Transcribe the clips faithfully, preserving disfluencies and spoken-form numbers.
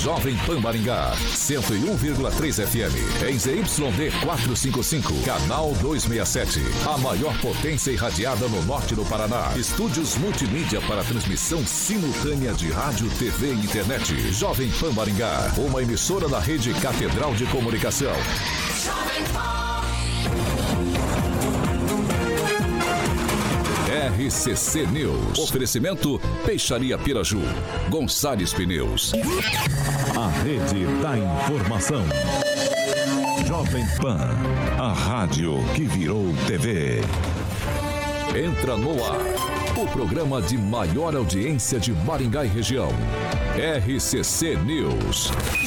Jovem Pan Maringá, cento e um vírgula três F M, em Z Y D quatrocentos e cinquenta e cinco, canal duzentos e sessenta e sete. A maior potência irradiada no norte do Paraná. Estúdios multimídia para transmissão simultânea de rádio, T V e internet. Jovem Pan Maringá, uma emissora da rede Catedral de Comunicação. Jovem Pan. R C C News. Oferecimento Peixaria Piraju, Gonçalves Pneus. A rede da informação. Jovem Pan, a rádio que virou T V. Entra no ar, o programa de maior audiência de Maringá e região. R C C News.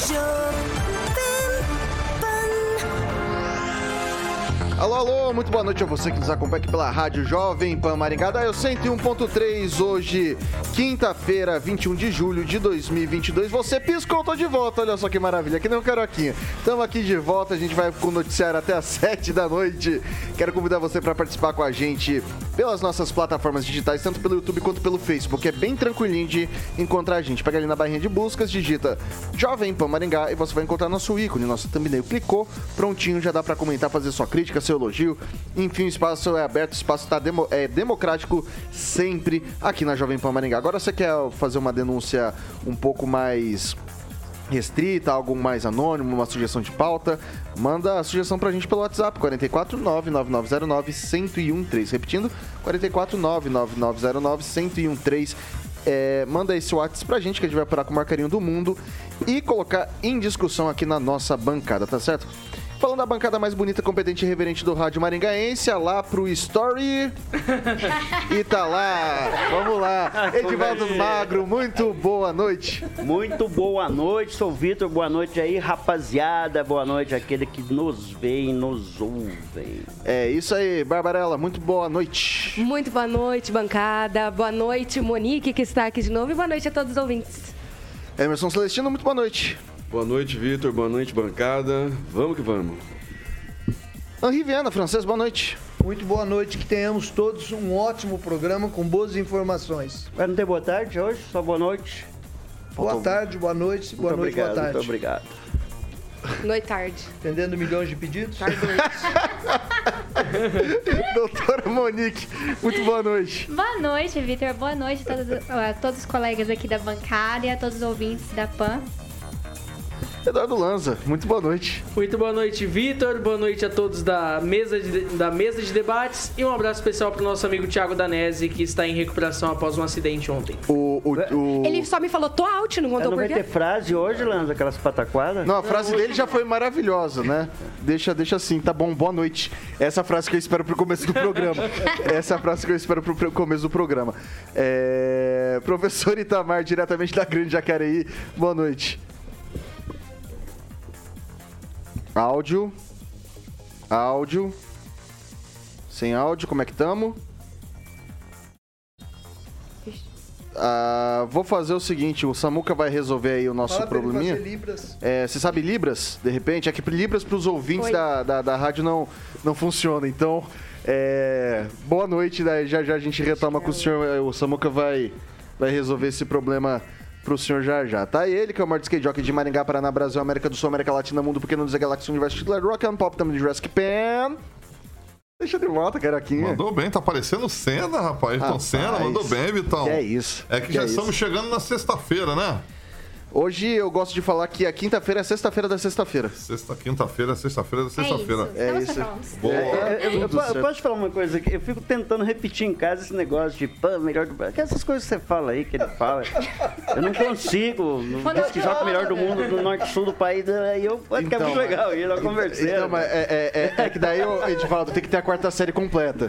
Alô, alô, muito boa noite a você que nos acompanha aqui pela Rádio Jovem Pan Maringá. Da cento e um ponto três, hoje, quinta-feira, vinte e um de julho de dois mil e vinte e dois. Você piscou, tô de volta, olha só que maravilha, que nem o Caroquinha. Estamos aqui de volta, a gente vai com o noticiário até às sete da noite. Quero convidar você para participar com a gente pelas nossas plataformas digitais, tanto pelo YouTube quanto pelo Facebook. É bem tranquilinho de encontrar a gente. Pega ali na barrinha de buscas, digita Jovem Pan Maringá e você vai encontrar nosso ícone, nosso thumbnail. Clicou, prontinho, já dá para comentar, fazer sua crítica, seu elogio. Enfim, o espaço é aberto, o espaço está demo, é democrático sempre aqui na Jovem Pan Maringá. Agora você quer fazer uma denúncia um pouco mais restrita, algo mais anônimo, uma sugestão de pauta, manda a sugestão pra gente pelo WhatsApp, quatro quatro nove, nove nove zero nove, um zero um três. Repetindo, quatro quatro nove, nove nove zero nove, um zero um três. É, manda esse WhatsApp pra gente que a gente vai apurar com o maior carinho do mundo e colocar em discussão aqui na nossa bancada, tá certo? Falando da bancada mais bonita, competente e reverente do rádio maringaense, lá pro Story. E tá lá, vamos lá. Edivaldo Magro, muito boa noite. Muito boa noite, sou o Vitor, boa noite aí, rapaziada. Boa noite àquele que nos vê e nos ouve. É isso aí, Barbarella, muito boa noite. Muito boa noite, bancada. Boa noite, Monique, que está aqui de novo. E boa noite a todos os ouvintes. Emerson Celestino, muito boa noite. Boa noite, Vitor. Boa noite, bancada. Vamos que vamos. Henri Viana, francês, boa noite. Muito boa noite, que tenhamos todos um ótimo programa com boas informações. Vai não ter boa tarde hoje? Só boa noite? Boa Faltou... tarde, boa noite, boa muito noite, obrigado, boa tarde. Muito obrigado. Noite tarde. Entendendo milhões de pedidos? Tarde Doutora Monique, muito boa noite. Boa noite, Vitor. Boa noite a todos, a todos os colegas aqui da bancada e a todos os ouvintes da P A N. Eduardo Lanza, muito boa noite. Muito boa noite, Vitor. Boa noite a todos da mesa de, da mesa de debates. E um abraço especial para o nosso amigo Thiago Danese, que está em recuperação após um acidente ontem. O, o, o... Ele só me falou, tô out, não contou não por quê? Vai ter frase hoje, Lanza, aquelas pataquadas? Não, a frase não, dele já foi maravilhosa, né? Deixa, deixa assim, tá bom, boa noite. Essa é a frase que eu espero pro começo do programa. Essa é a frase que eu espero pro começo do programa. É... Professor Itamar, diretamente da Grande Jacareí, boa noite. Áudio. Áudio. Sem áudio, como é que tamo? Ah, vou fazer o seguinte, o Samuca vai resolver aí o nosso Fala probleminha. Pra ele fazer Libras. É, você sabe Libras, de repente? É que Libras para os ouvintes da, da, da rádio não, não funciona. Então, é, boa noite, daí já já a gente retoma com o senhor. O Samuca vai, vai resolver esse problema pro senhor já já. Tá ele, que é o maior skate jockey de Maringá, Paraná, Brasil, América do Sul, América Latina, Mundo Pequeno dos Galáxias, Universo, titular Rock and Pop, também de Jurassic Pan. Deixa de volta, Caroquinha. Mandou bem, tá parecendo Senna, rapaz. Então, Senna, mandou bem, Vitão. Que é isso. É que, que já é estamos isso. chegando na sexta-feira, né? Hoje eu gosto de falar que a quinta-feira é sexta-feira da sexta-feira. Sexta, quinta-feira, sexta-feira da sexta-feira. É isso. É isso. Boa. É, eu, eu, eu, eu posso falar uma coisa aqui? Eu fico tentando repetir em casa esse negócio de pã, melhor do Brasil. Essas coisas que você fala aí, que ele fala. Eu não consigo. Diz que joga o melhor do mundo do norte e sul do país. Aí eu acho então, que é muito legal. E nós conversamos. Então, mas é, é, é, é que daí a gente fala, tem que ter a quarta série completa.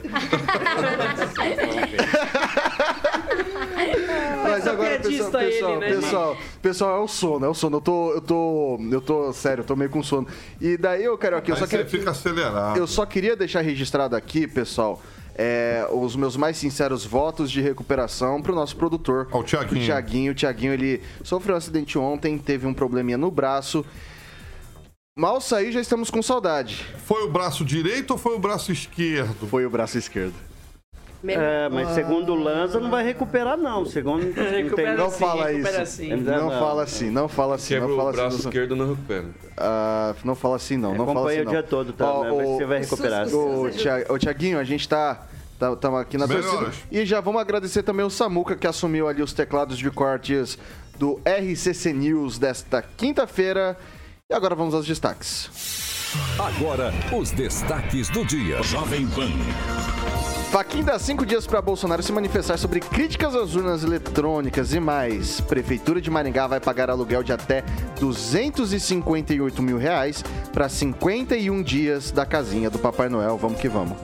Mas agora, pessoal, pessoal, ele, né, pessoal, pessoal, é o sono, é o sono. Eu tô, eu tô, eu tô, sério, eu tô meio com sono. E daí eu quero aqui, eu só queria, fica acelerado. Eu só queria deixar registrado aqui, pessoal, é, os meus mais sinceros votos de recuperação pro nosso produtor, o Thiaguinho. O Thiaguinho, o Thiaguinho, ele sofreu um acidente ontem, teve um probleminha no braço. Mal sair, já estamos com saudade. Foi o braço direito ou foi o braço esquerdo? Foi o braço esquerdo. É, mas segundo o Lanza não vai recuperar não, segundo não, tem... não fala isso, assim. não fala assim, não fala assim, Quebra não fala o braço assim. esquerdo não recupera. Ah, não fala assim não, não fala assim não. Acompanha o dia todo, tá? Ó, Mas você vai recuperar. Ô, Thiago- ô, Tiaguinho, a gente tá estamos aqui na Melhoras. torcida e já vamos agradecer também o Samuca que assumiu ali os teclados de cortes do R C C News desta quinta-feira. E agora vamos aos destaques. Agora, os destaques do dia. Jovem Pan. Fachin dá cinco dias para Bolsonaro se manifestar sobre críticas às urnas eletrônicas e mais. Prefeitura de Maringá vai pagar aluguel de até duzentos e cinquenta e oito mil reais para cinquenta e um dias da casinha do Papai Noel. Vamos que vamos.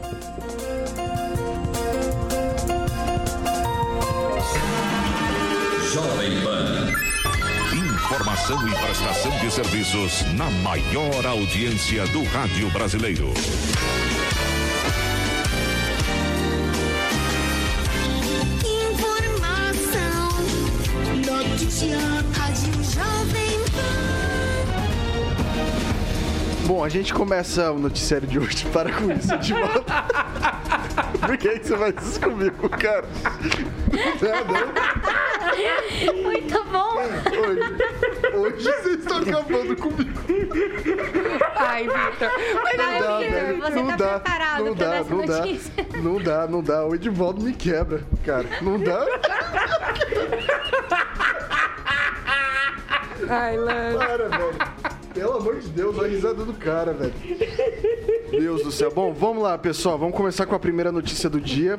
Jovem Pan. Informação e prestação de serviços na maior audiência do rádio brasileiro. Informação, notícia, rádio Jovem Pan. Bom, a gente começa o noticiário de hoje. Para com isso, de volta. Por que, que você vai isso comigo, cara? Não, não. Muito bom. Hoje, hoje vocês estão acabando comigo. Ai, Vitor. Mas Não dá, velho. Você Não tá dá, preparado não pra dá, essa não dá, notícia? não dá, não dá. O Edivaldo me quebra, cara. Não dá? Ai, Lance. Para, velho. Pelo amor de Deus, a risada do cara, velho. Deus do céu. Bom, vamos lá, pessoal. Vamos começar com a primeira notícia do dia.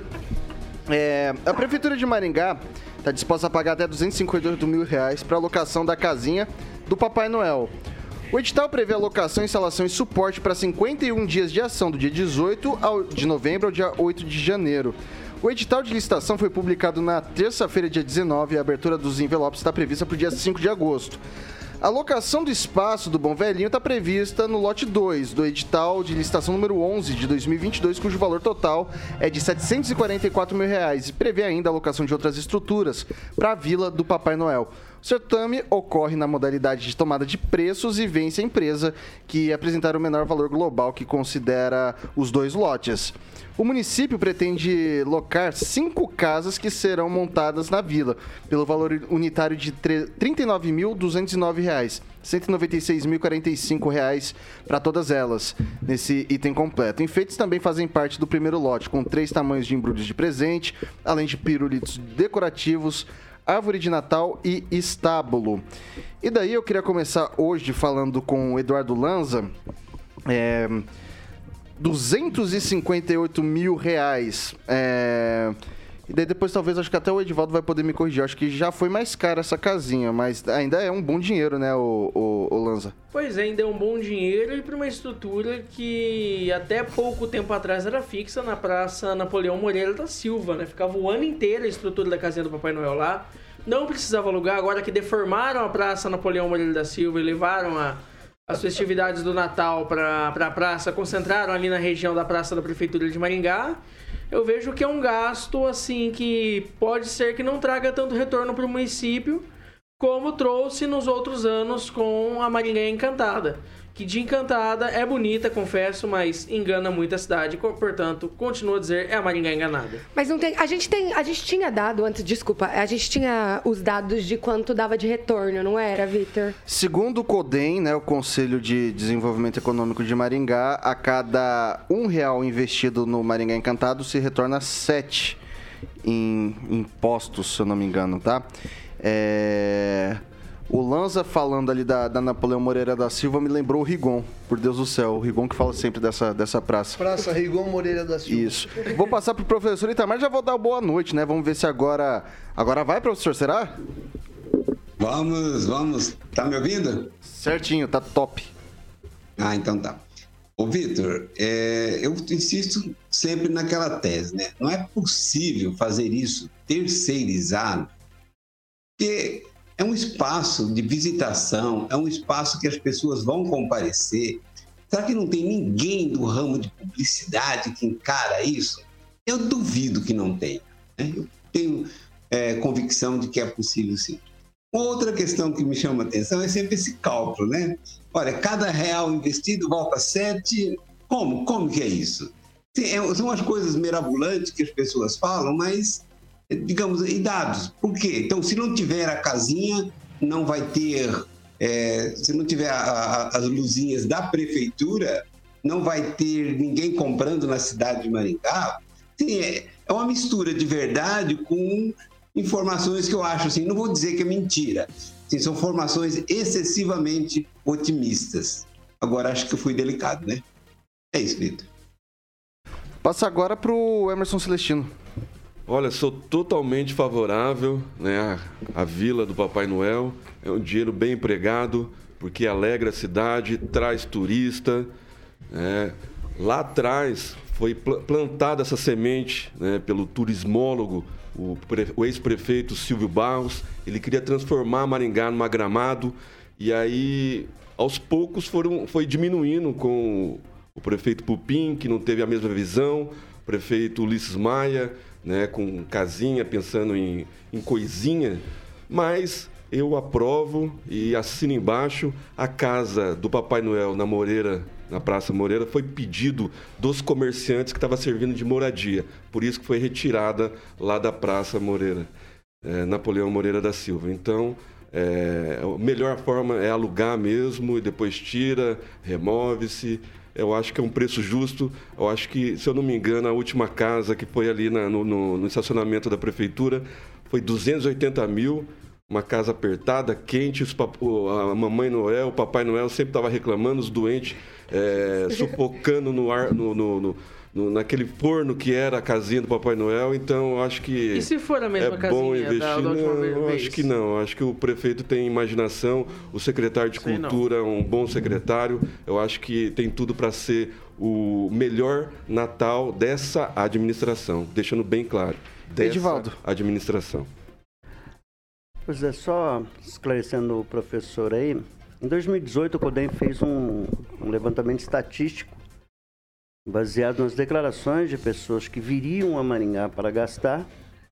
É, a Prefeitura de Maringá está disposta a pagar até duzentos e cinquenta e oito mil reais para a locação da casinha do Papai Noel. O edital prevê a locação, instalação e suporte para cinquenta e um dias de ação, do dia dezoito de novembro ao dia oito de janeiro. O edital de licitação foi publicado na terça-feira, dia dezenove, e a abertura dos envelopes está prevista para o dia cinco de agosto. A locação do espaço do Bom Velhinho está prevista no lote dois do edital de licitação número onze de dois mil e vinte e dois, cujo valor total é de setecentos e quarenta e quatro mil reais e prevê ainda a locação de outras estruturas para a Vila do Papai Noel. O certame ocorre na modalidade de tomada de preços e vence a empresa que apresentar o menor valor global que considera os dois lotes. O município pretende locar cinco casas que serão montadas na vila, pelo valor unitário de trinta e nove mil duzentos e nove reais, cento e noventa e seis mil e quarenta e cinco reais para todas elas, nesse item completo. Enfeites também fazem parte do primeiro lote, com três tamanhos de embrulhos de presente, além de pirulitos decorativos, árvore de Natal e estábulo. E daí eu queria começar hoje falando com o Eduardo Lanza. É... duzentos e cinquenta e oito mil reais. É... E daí depois talvez, acho que até o Edivaldo vai poder me corrigir. Acho que já foi mais cara essa casinha, mas ainda é um bom dinheiro, né, o, o, o Lanza? Pois é, ainda é um bom dinheiro e para uma estrutura que até pouco tempo atrás era fixa na Praça Napoleão Moreira da Silva, né? Ficava o ano inteiro a estrutura da casinha do Papai Noel lá. Não precisava alugar, agora que deformaram a Praça Napoleão Moreira da Silva e levaram a as festividades do Natal para a praça, concentraram ali na região da Praça da Prefeitura de Maringá, eu vejo que é um gasto assim que pode ser que não traga tanto retorno para o município como trouxe nos outros anos com a Maringá Encantada, que de Encantada é bonita, confesso, mas engana muito a cidade, portanto, continuo a dizer, é a Maringá enganada. Mas não tem, a gente tem, a gente tinha dado antes, desculpa, a gente tinha os dados de quanto dava de retorno, não era, Vitor? Segundo o CODEM, né, o Conselho de Desenvolvimento Econômico de Maringá, a cada um real investido no Maringá Encantado se retorna sete em impostos, se eu não me engano, tá? É... O Lanza falando ali da, da Napoleão Moreira da Silva me lembrou o Rigon, por Deus do céu. O Rigon que fala sempre dessa, dessa praça. Praça Rigon Moreira da Silva. Isso. Vou passar pro professor Itamar, já vou dar boa noite, né? Vamos ver se agora... Agora vai, professor, será? Vamos, vamos. Tá me ouvindo? Certinho, tá top. Ah, então tá. Ô, Vitor, é, eu insisto sempre naquela tese, né? Não é possível fazer isso terceirizado, porque é um espaço de visitação, é um espaço que as pessoas vão comparecer. Será que não tem ninguém do ramo de publicidade que encara isso? Eu duvido que não tenha, né? Eu tenho é, convicção de que é possível sim. Outra questão que me chama a atenção é sempre esse cálculo, né? Olha, cada real investido volta sete. Como? Como que é isso? São as coisas mirabolantes que as pessoas falam, mas, digamos, e dados. Por quê? Então, se não tiver a casinha, não vai ter... É, se não tiver a, a, as luzinhas da prefeitura, não vai ter ninguém comprando na cidade de Maringá. Sim, é, é uma mistura de verdade com informações que eu acho, assim, não vou dizer que é mentira. Sim, são informações excessivamente otimistas. Agora, acho que eu fui delicado, né? É isso, Vitor. Passa agora para o Emerson Celestino. Olha, sou totalmente favorável, né, à, à Vila do Papai Noel. É um dinheiro bem empregado, porque alegra a cidade, traz turista. Né? Lá atrás foi pl- plantada essa semente, né, pelo turismólogo, o, pre- o ex-prefeito Silvio Barros. Ele queria transformar Maringá numa Gramado. E aí, aos poucos, foram, foi diminuindo com o prefeito Pupim, que não teve a mesma visão, o prefeito Ulisses Maia, né, com casinha, pensando em, em coisinha, mas eu aprovo e assino embaixo. A casa do Papai Noel na Moreira, na Praça Moreira, foi pedido dos comerciantes que estava servindo de moradia, por isso que foi retirada lá da Praça Moreira, é, Napoleão Moreira da Silva. Então, é, a melhor forma é alugar mesmo e depois tira, remove-se. Eu acho que é um preço justo. Eu acho que, se eu não me engano, a última casa que foi ali na, no, no, no estacionamento da prefeitura foi duzentos e oitenta mil, uma casa apertada, quente. Os papo, a Mamãe Noel, o Papai Noel sempre estava reclamando, os doentes é, sufocando no ar, no, no, no, no, naquele forno que era a casinha do Papai Noel. Então, eu acho que E se for a mesma é casinha bom investir. da, da última não, vez? eu acho que não. Eu acho que o prefeito tem imaginação, o secretário de Sei Cultura é um bom secretário. Eu acho que tem tudo para ser o melhor Natal dessa administração, deixando bem claro, dessa Edivaldo. administração. Pois é, só esclarecendo o professor aí, em dois mil e dezoito o CODEM fez um, um levantamento estatístico baseado nas declarações de pessoas que viriam a Maringá para gastar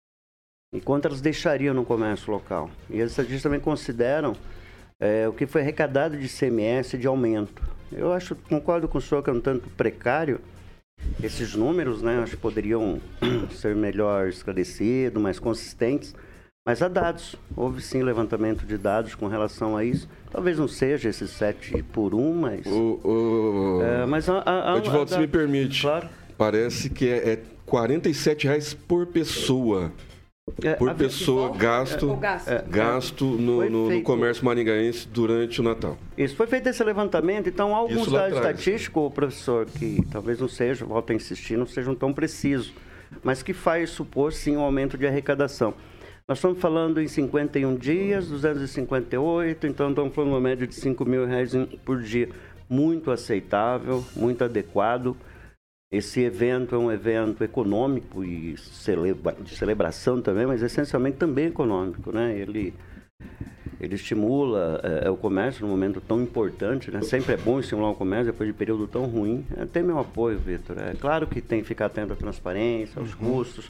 e quanto elas deixariam no comércio local. E eles estatísticos também consideram é, o que foi arrecadado de I C M S de aumento. Eu acho, concordo com o senhor que é um tanto precário esses números, né? Acho que poderiam ser melhor esclarecidos, mais consistentes. Mas há dados, houve sim levantamento de dados com relação a isso. Talvez não seja esses sete por um, mas... O, o... É, mas há, há, há, Edivaldo, se há, me permite, claro. Parece que é, é quarenta e sete reais por pessoa. É, por a- pessoa, gasto, O gasto. É, gasto no, Foi no- no feito- comércio maringaense durante o Natal. Isso, foi feito esse levantamento, então há alguns Isso lá dados atrás. estatísticos, professor, que talvez não sejam, volto a insistir, não sejam tão precisos, mas que faz supor sim um aumento de arrecadação. Nós estamos falando em cinquenta e um dias, duzentos e cinquenta e oito, então estamos falando uma média de cinco mil reais por dia. Muito aceitável, muito adequado. Esse evento é um evento econômico e celebra, de celebração também, mas essencialmente também econômico, né? Ele, ele estimula é, o comércio num momento tão importante, né? Sempre é bom estimular o comércio depois de período tão ruim. É, tem meu apoio, Vitor. É claro que tem que ficar atento à transparência, aos custos,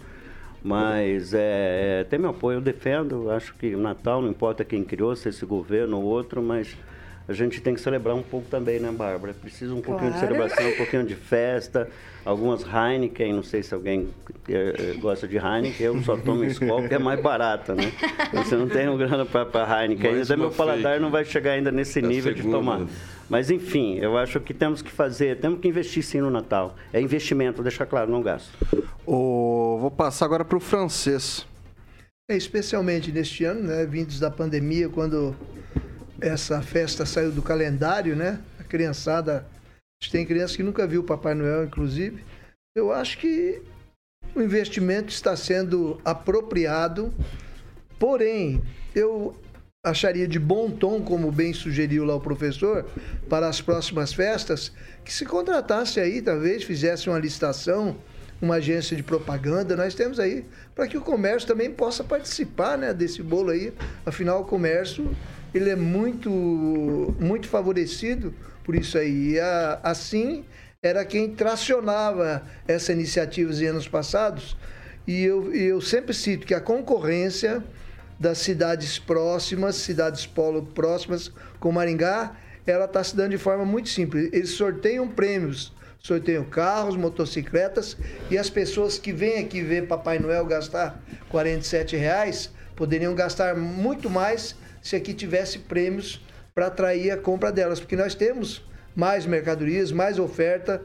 mas é, é, tem meu apoio. Eu defendo, acho que o Natal, não importa quem criou, se esse governo ou outro, mas a gente tem que celebrar um pouco também, né, Bárbara? Precisa um pouquinho de Claro. celebração, um pouquinho de festa, algumas Heineken, não sei se alguém eh, gosta de Heineken, eu só tomo Skol, porque é mais barata, né? Você não tem um grana para Heineken, Mais ainda uma meu paladar fake. não vai chegar ainda nesse É a nível de segunda. tomar. Mas enfim, eu acho que temos que fazer, temos que investir sim no Natal. É investimento, vou deixar claro, não gasto. O... Vou passar agora para o francês. É, especialmente neste ano, né, vindos da pandemia, quando essa festa saiu do calendário, né? A criançada, a gente tem criança que nunca viu o Papai Noel, inclusive. Eu acho que o investimento está sendo apropriado, porém, eu acharia de bom tom, como bem sugeriu lá o professor, para as próximas festas, que se contratasse aí, talvez fizesse uma licitação, uma agência de propaganda, nós temos aí, para que o comércio também possa participar, né, desse bolo aí. Afinal, o comércio, ele é muito, muito favorecido por isso aí. E a, assim, era quem tracionava essa iniciativa em anos passados. E eu, e eu sempre cito que a concorrência das cidades próximas, cidades polo próximas com Maringá, ela está se dando de forma muito simples. Eles sorteiam prêmios sorteiam carros, motocicletas, e as pessoas que vêm aqui ver Papai Noel gastar quarenta e sete reais poderiam gastar muito mais se aqui tivesse prêmios para atrair a compra delas, porque nós temos mais mercadorias, mais oferta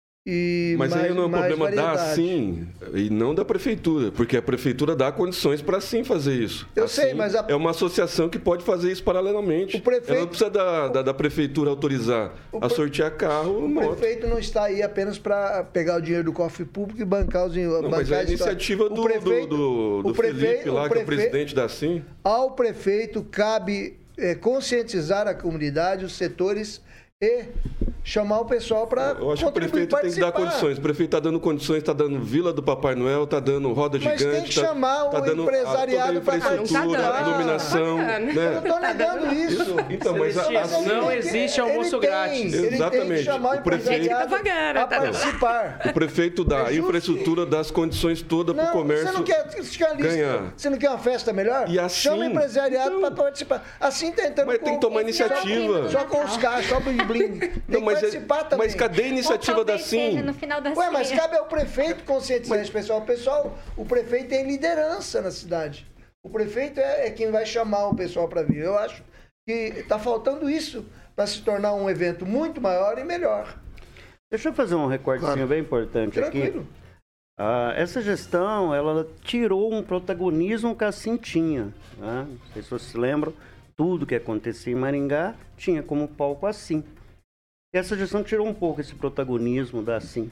e Mas mais, aí não é um mais problema variedade. da Assim e não da prefeitura, porque a prefeitura dá condições para sim fazer isso. Eu assim, sei, mas a... é uma associação que pode fazer isso paralelamente. O prefeito... Ela não precisa da, da, da prefeitura autorizar o a sortear carro. O moto. prefeito não está aí apenas para pegar o dinheiro do cofre público e bancar os Não, mas é a iniciativa do, prefeito, do, do, do prefeito, Felipe lá, o que é o prefeito, presidente da Assim. Ao prefeito cabe é, conscientizar a comunidade, os setores e chamar o pessoal para Eu acho que o prefeito tem que dar condições. O prefeito está dando condições, está dando Vila do Papai Noel, está dando roda Mas gigante. tem que chamar tá, o tá dando empresariado para a infraestrutura, tá iluminação. Né? Eu não estou negando isso. Então, mas a, assim, não existe almoço ele grátis. Tem, ele Exatamente. tem que chamar o, O prefeito empresariado a participar. O prefeito dá É infraestrutura, dá as condições todas para o comércio você não quer, você quer lista, ganhar. Você não quer uma festa melhor? E assim, chama o empresariado então, para participar. Assim tentando... Mas tem que tomar iniciativa. Só com os carros, só bling bling. Tem Não, que mas, participar é, também. mas cadê a iniciativa da Sim? No final da Ué, mas ceia. cabe ao prefeito conscientizar esse pessoal. O pessoal, o prefeito tem liderança na cidade. O prefeito é, é quem vai chamar o pessoal para vir. Eu acho que está faltando isso para se tornar um evento muito maior e melhor. Deixa eu fazer um recortezinho claro. bem importante Tranquilo. aqui. Ah, essa gestão, ela tirou um protagonismo que a Assim tinha. Né? Não sei se vocês se lembram, tudo que acontecia em Maringá tinha como palco a Assim. Essa gestão tirou um pouco esse protagonismo da Assim.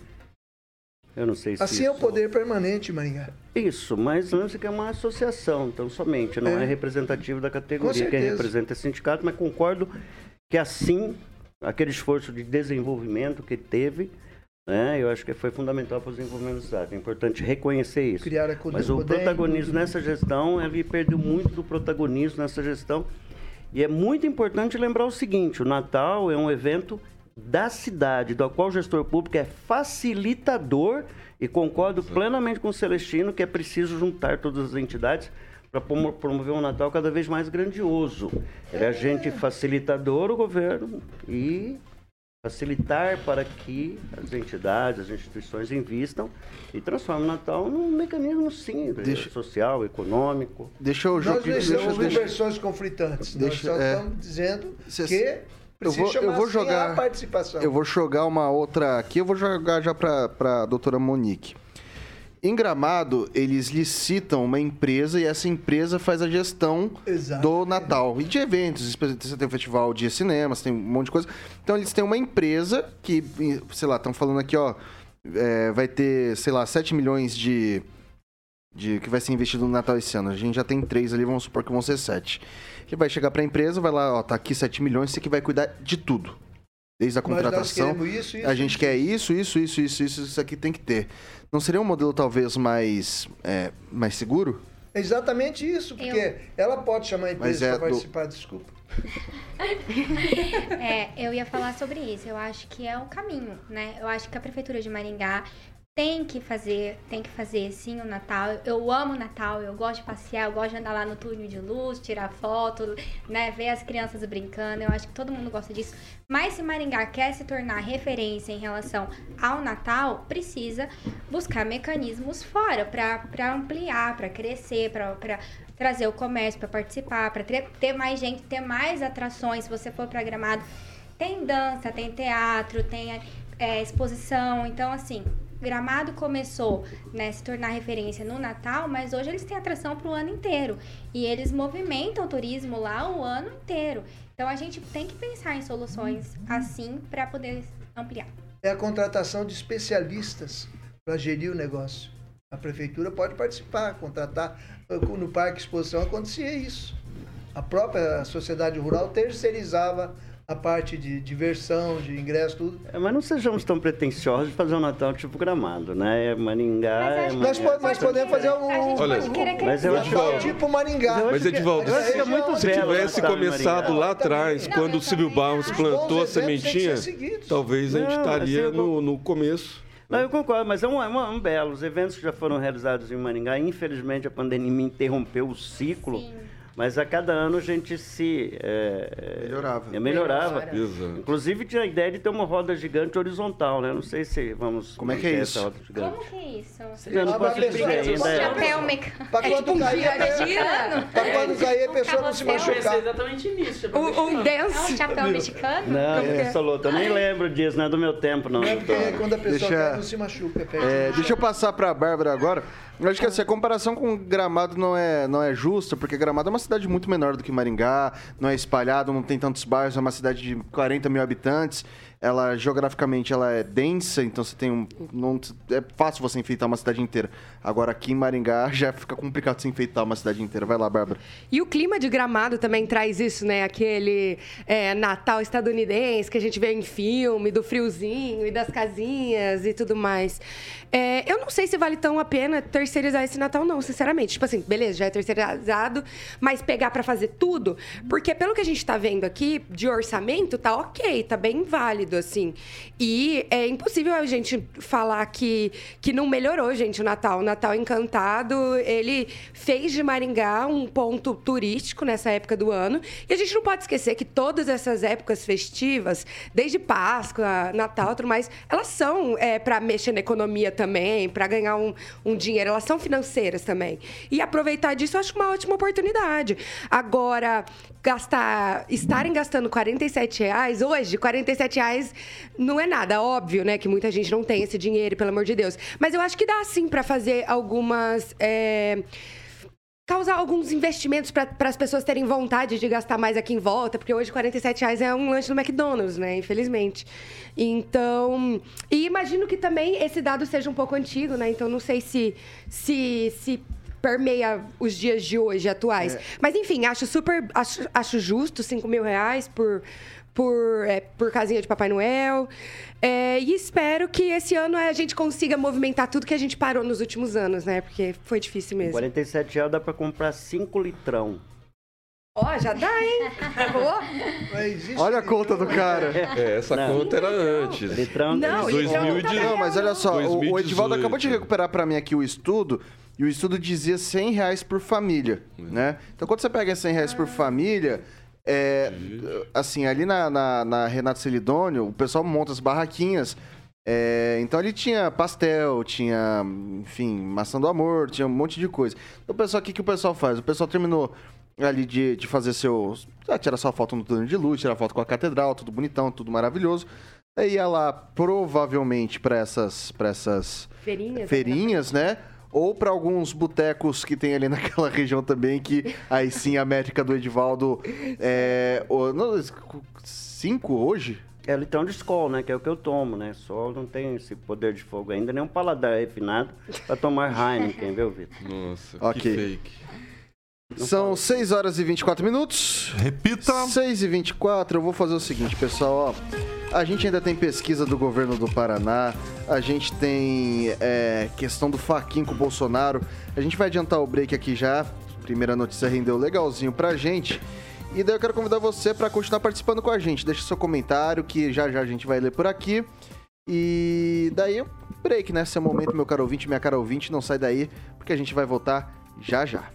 Eu não sei se Assim isso... é o poder permanente, Maringá. Isso, mas lembre-se que é uma associação, então somente, não é, é representativo da categoria. Quem representa é sindicato, mas concordo que assim, aquele esforço de desenvolvimento que teve, né, eu acho que foi fundamental para o desenvolvimento da cidade. É importante reconhecer isso. Criar a mas o protagonismo nessa gestão, ele perdeu muito do protagonismo nessa gestão. E é muito importante lembrar o seguinte, o Natal é um evento da cidade, do qual o gestor público é facilitador, e concordo plenamente com o Celestino que é preciso juntar todas as entidades para promover um Natal cada vez mais grandioso. Ele é agente facilitador, o governo, e facilitar para que as entidades, as instituições invistam e transformem o Natal num mecanismo, sim, deixa, social, econômico. Deixa eu jogar. Nós não estamos deixa, com versões conflitantes. Deixa, Nós só é, estamos dizendo cês, que eu vou, eu vou jogar a participação. Eu vou jogar uma outra aqui, eu vou jogar já para a doutora Monique. Em Gramado, eles licitam uma empresa e essa empresa faz a gestão Exato. do Natal. E de eventos, você tem um festival de cinema, você tem um monte de coisa. Então, eles têm uma empresa que, sei lá, estão falando aqui, ó, é, vai ter, sei lá, sete milhões de, de... que vai ser investido no Natal esse ano. A gente já tem três ali, vamos supor que vão ser sete. Ele vai chegar para a empresa, vai lá, ó, tá aqui sete milhões, você que vai cuidar de tudo. Desde a contratação. Isso, isso, a gente isso, quer isso. isso, isso, isso, isso, isso, isso aqui tem que ter. Não seria um modelo talvez mais, é, mais seguro? É exatamente isso, porque eu... ela pode chamar a empresa é para participar, do... desculpa. É, eu ia falar sobre isso. Eu acho que é um caminho, né? Eu acho que a Prefeitura de Maringá tem que fazer, tem que fazer sim o Natal. Eu amo o Natal, eu gosto de passear, eu gosto de andar lá no túnel de luz, tirar foto, né, ver as crianças brincando. Eu acho que todo mundo gosta disso. Mas se Maringá quer se tornar referência em relação ao Natal, precisa buscar mecanismos fora para ampliar, para crescer, para trazer o comércio, para participar, para ter, ter mais gente, ter mais atrações. Se você for para Gramado, tem dança, tem teatro, tem é, exposição. Então, assim, Gramado começou, né, a se tornar referência no Natal, mas hoje eles têm atração para o ano inteiro. E eles movimentam o turismo lá o ano inteiro. Então, a gente tem que pensar em soluções assim para poder ampliar. É a contratação de especialistas para gerir o negócio. A prefeitura pode participar, contratar. No Parque Exposição acontecia isso. A própria sociedade rural terceirizava a parte de diversão, de ingresso, tudo. É, mas não sejamos tão pretensiosos de fazer um Natal tipo Gramado, né? Maringá... É Maringá nós, pode, nós podemos fazer um... Olha, mas eu Natal acho, tipo Maringá. Mas, Edivaldo, que, se, muito se tivesse começado lá atrás, não, quando o Silvio Barros plantou a sementinha, talvez a gente não, estaria no, no começo. Não, eu concordo, mas é um, é um belo. Os eventos que já foram realizados em Maringá, infelizmente a pandemia interrompeu o ciclo. Sim. Mas a cada ano a gente se... É, melhorava. É, melhorava. Exato. Inclusive tinha a ideia de ter uma roda gigante horizontal, né? Não sei se vamos... Como é que é isso? Roda gigante. Como que é isso? Eu não posso explicar ainda. É. Chapéu mecânico. Pra quando cair, pra quando cair, a pessoa não se Eu pensei machucar. exatamente nisso. Um, um É dance. um chapéu mexicano? Não, eu sou louco. Eu nem lembro disso, não é do meu tempo, não. Não é porque quando a pessoa Deixa- cai, não se machuca. perde. É, deixa eu passar para a Bárbara agora. Eu acho que assim, a comparação com Gramado não é, não é justa, porque Gramado é uma cidade muito menor do que Maringá, não é espalhado, não tem tantos bairros, é uma cidade de quarenta mil habitantes. Ela, geograficamente, ela é densa, então você tem um... Não, é fácil você enfeitar uma cidade inteira. Agora, aqui em Maringá, já fica complicado você enfeitar uma cidade inteira. Vai lá, Bárbara. E o clima de Gramado também traz isso, né? Aquele é, Natal estadunidense que a gente vê em filme, do friozinho e das casinhas e tudo mais. É, eu não sei se vale tão a pena terceirizar esse Natal, não, sinceramente. Tipo assim, beleza, já é terceirizado, mas pegar pra fazer tudo, porque pelo que a gente tá vendo aqui, de orçamento, tá ok, tá bem válido, assim. E é impossível a gente falar que, que não melhorou, gente, o Natal. O Natal Encantado, ele fez de Maringá um ponto turístico nessa época do ano. E a gente não pode esquecer que todas essas épocas festivas, desde Páscoa, Natal e tudo mais, elas são é, para mexer na economia também, para ganhar um, um dinheiro, elas são financeiras também. E aproveitar disso, eu acho uma ótima oportunidade. Agora, gastar, estarem gastando quarenta e sete reais, hoje, quarenta e sete reais não é nada, óbvio, né, que muita gente não tem esse dinheiro, pelo amor de Deus. Mas eu acho que dá, sim, para fazer algumas... É... causar alguns investimentos para as pessoas terem vontade de gastar mais aqui em volta, porque hoje quarenta e sete reais é um lanche no McDonald's, né? Infelizmente. Então, e imagino que também esse dado seja um pouco antigo, né? Então, não sei se, se, se permeia os dias de hoje, atuais. É. Mas, enfim, acho super, acho, acho justo cinco mil reais por... Por, é, por casinha de Papai Noel. É, e espero que esse ano a gente consiga movimentar tudo que a gente parou nos últimos anos, né? Porque foi difícil mesmo. quarenta e sete reais dá pra comprar cinco litrão. Ó, oh, já dá, hein? Oh. Olha a conta do cara. É, essa Não. conta era antes. Litrão, Não, dois mil e dezoito. Não, mas olha só, o- o Edivaldo acabou de dois mil e dezoito. recuperar pra mim aqui o estudo, e o estudo dizia cem reais por família, né? Então, quando você pega cem reais por família... É, assim, ali na, na, na Renato Celidônio, o pessoal monta as barraquinhas. É, então ali tinha pastel, tinha, enfim, maçã do amor, tinha um monte de coisa. Então o pessoal, o que, que o pessoal faz? O pessoal terminou ali de, de fazer seus... Ah, tirar sua foto no túnel de luz, tirar foto com a catedral, tudo bonitão, tudo maravilhoso. Aí ia lá, provavelmente, para essas, pra essas Feirinhas, feirinhas, né? Ou para alguns botecos que tem ali naquela região também, que aí sim a métrica do Edivaldo é... o- não, cinco hoje? É litrão de Skol, né? Que é o que eu tomo, né? Sol não tem esse poder de fogo ainda, nem um paladar refinado pra tomar Heineken, viu, Vitor? Nossa, Ok. que fake. São seis horas e vinte e quatro minutos. Repita. seis e vinte e quatro, eu vou fazer o seguinte, pessoal, ó. A gente ainda tem pesquisa do governo do Paraná, a gente tem é, questão do faquinho com o Bolsonaro. A gente vai adiantar o break aqui já. Primeira notícia rendeu legalzinho pra gente. E daí eu quero convidar você para continuar participando com a gente. Deixa seu comentário que já já a gente vai ler por aqui. E daí, break, né? Seu momento, meu caro ouvinte, minha cara ouvinte, não sai daí, porque a gente vai voltar já já.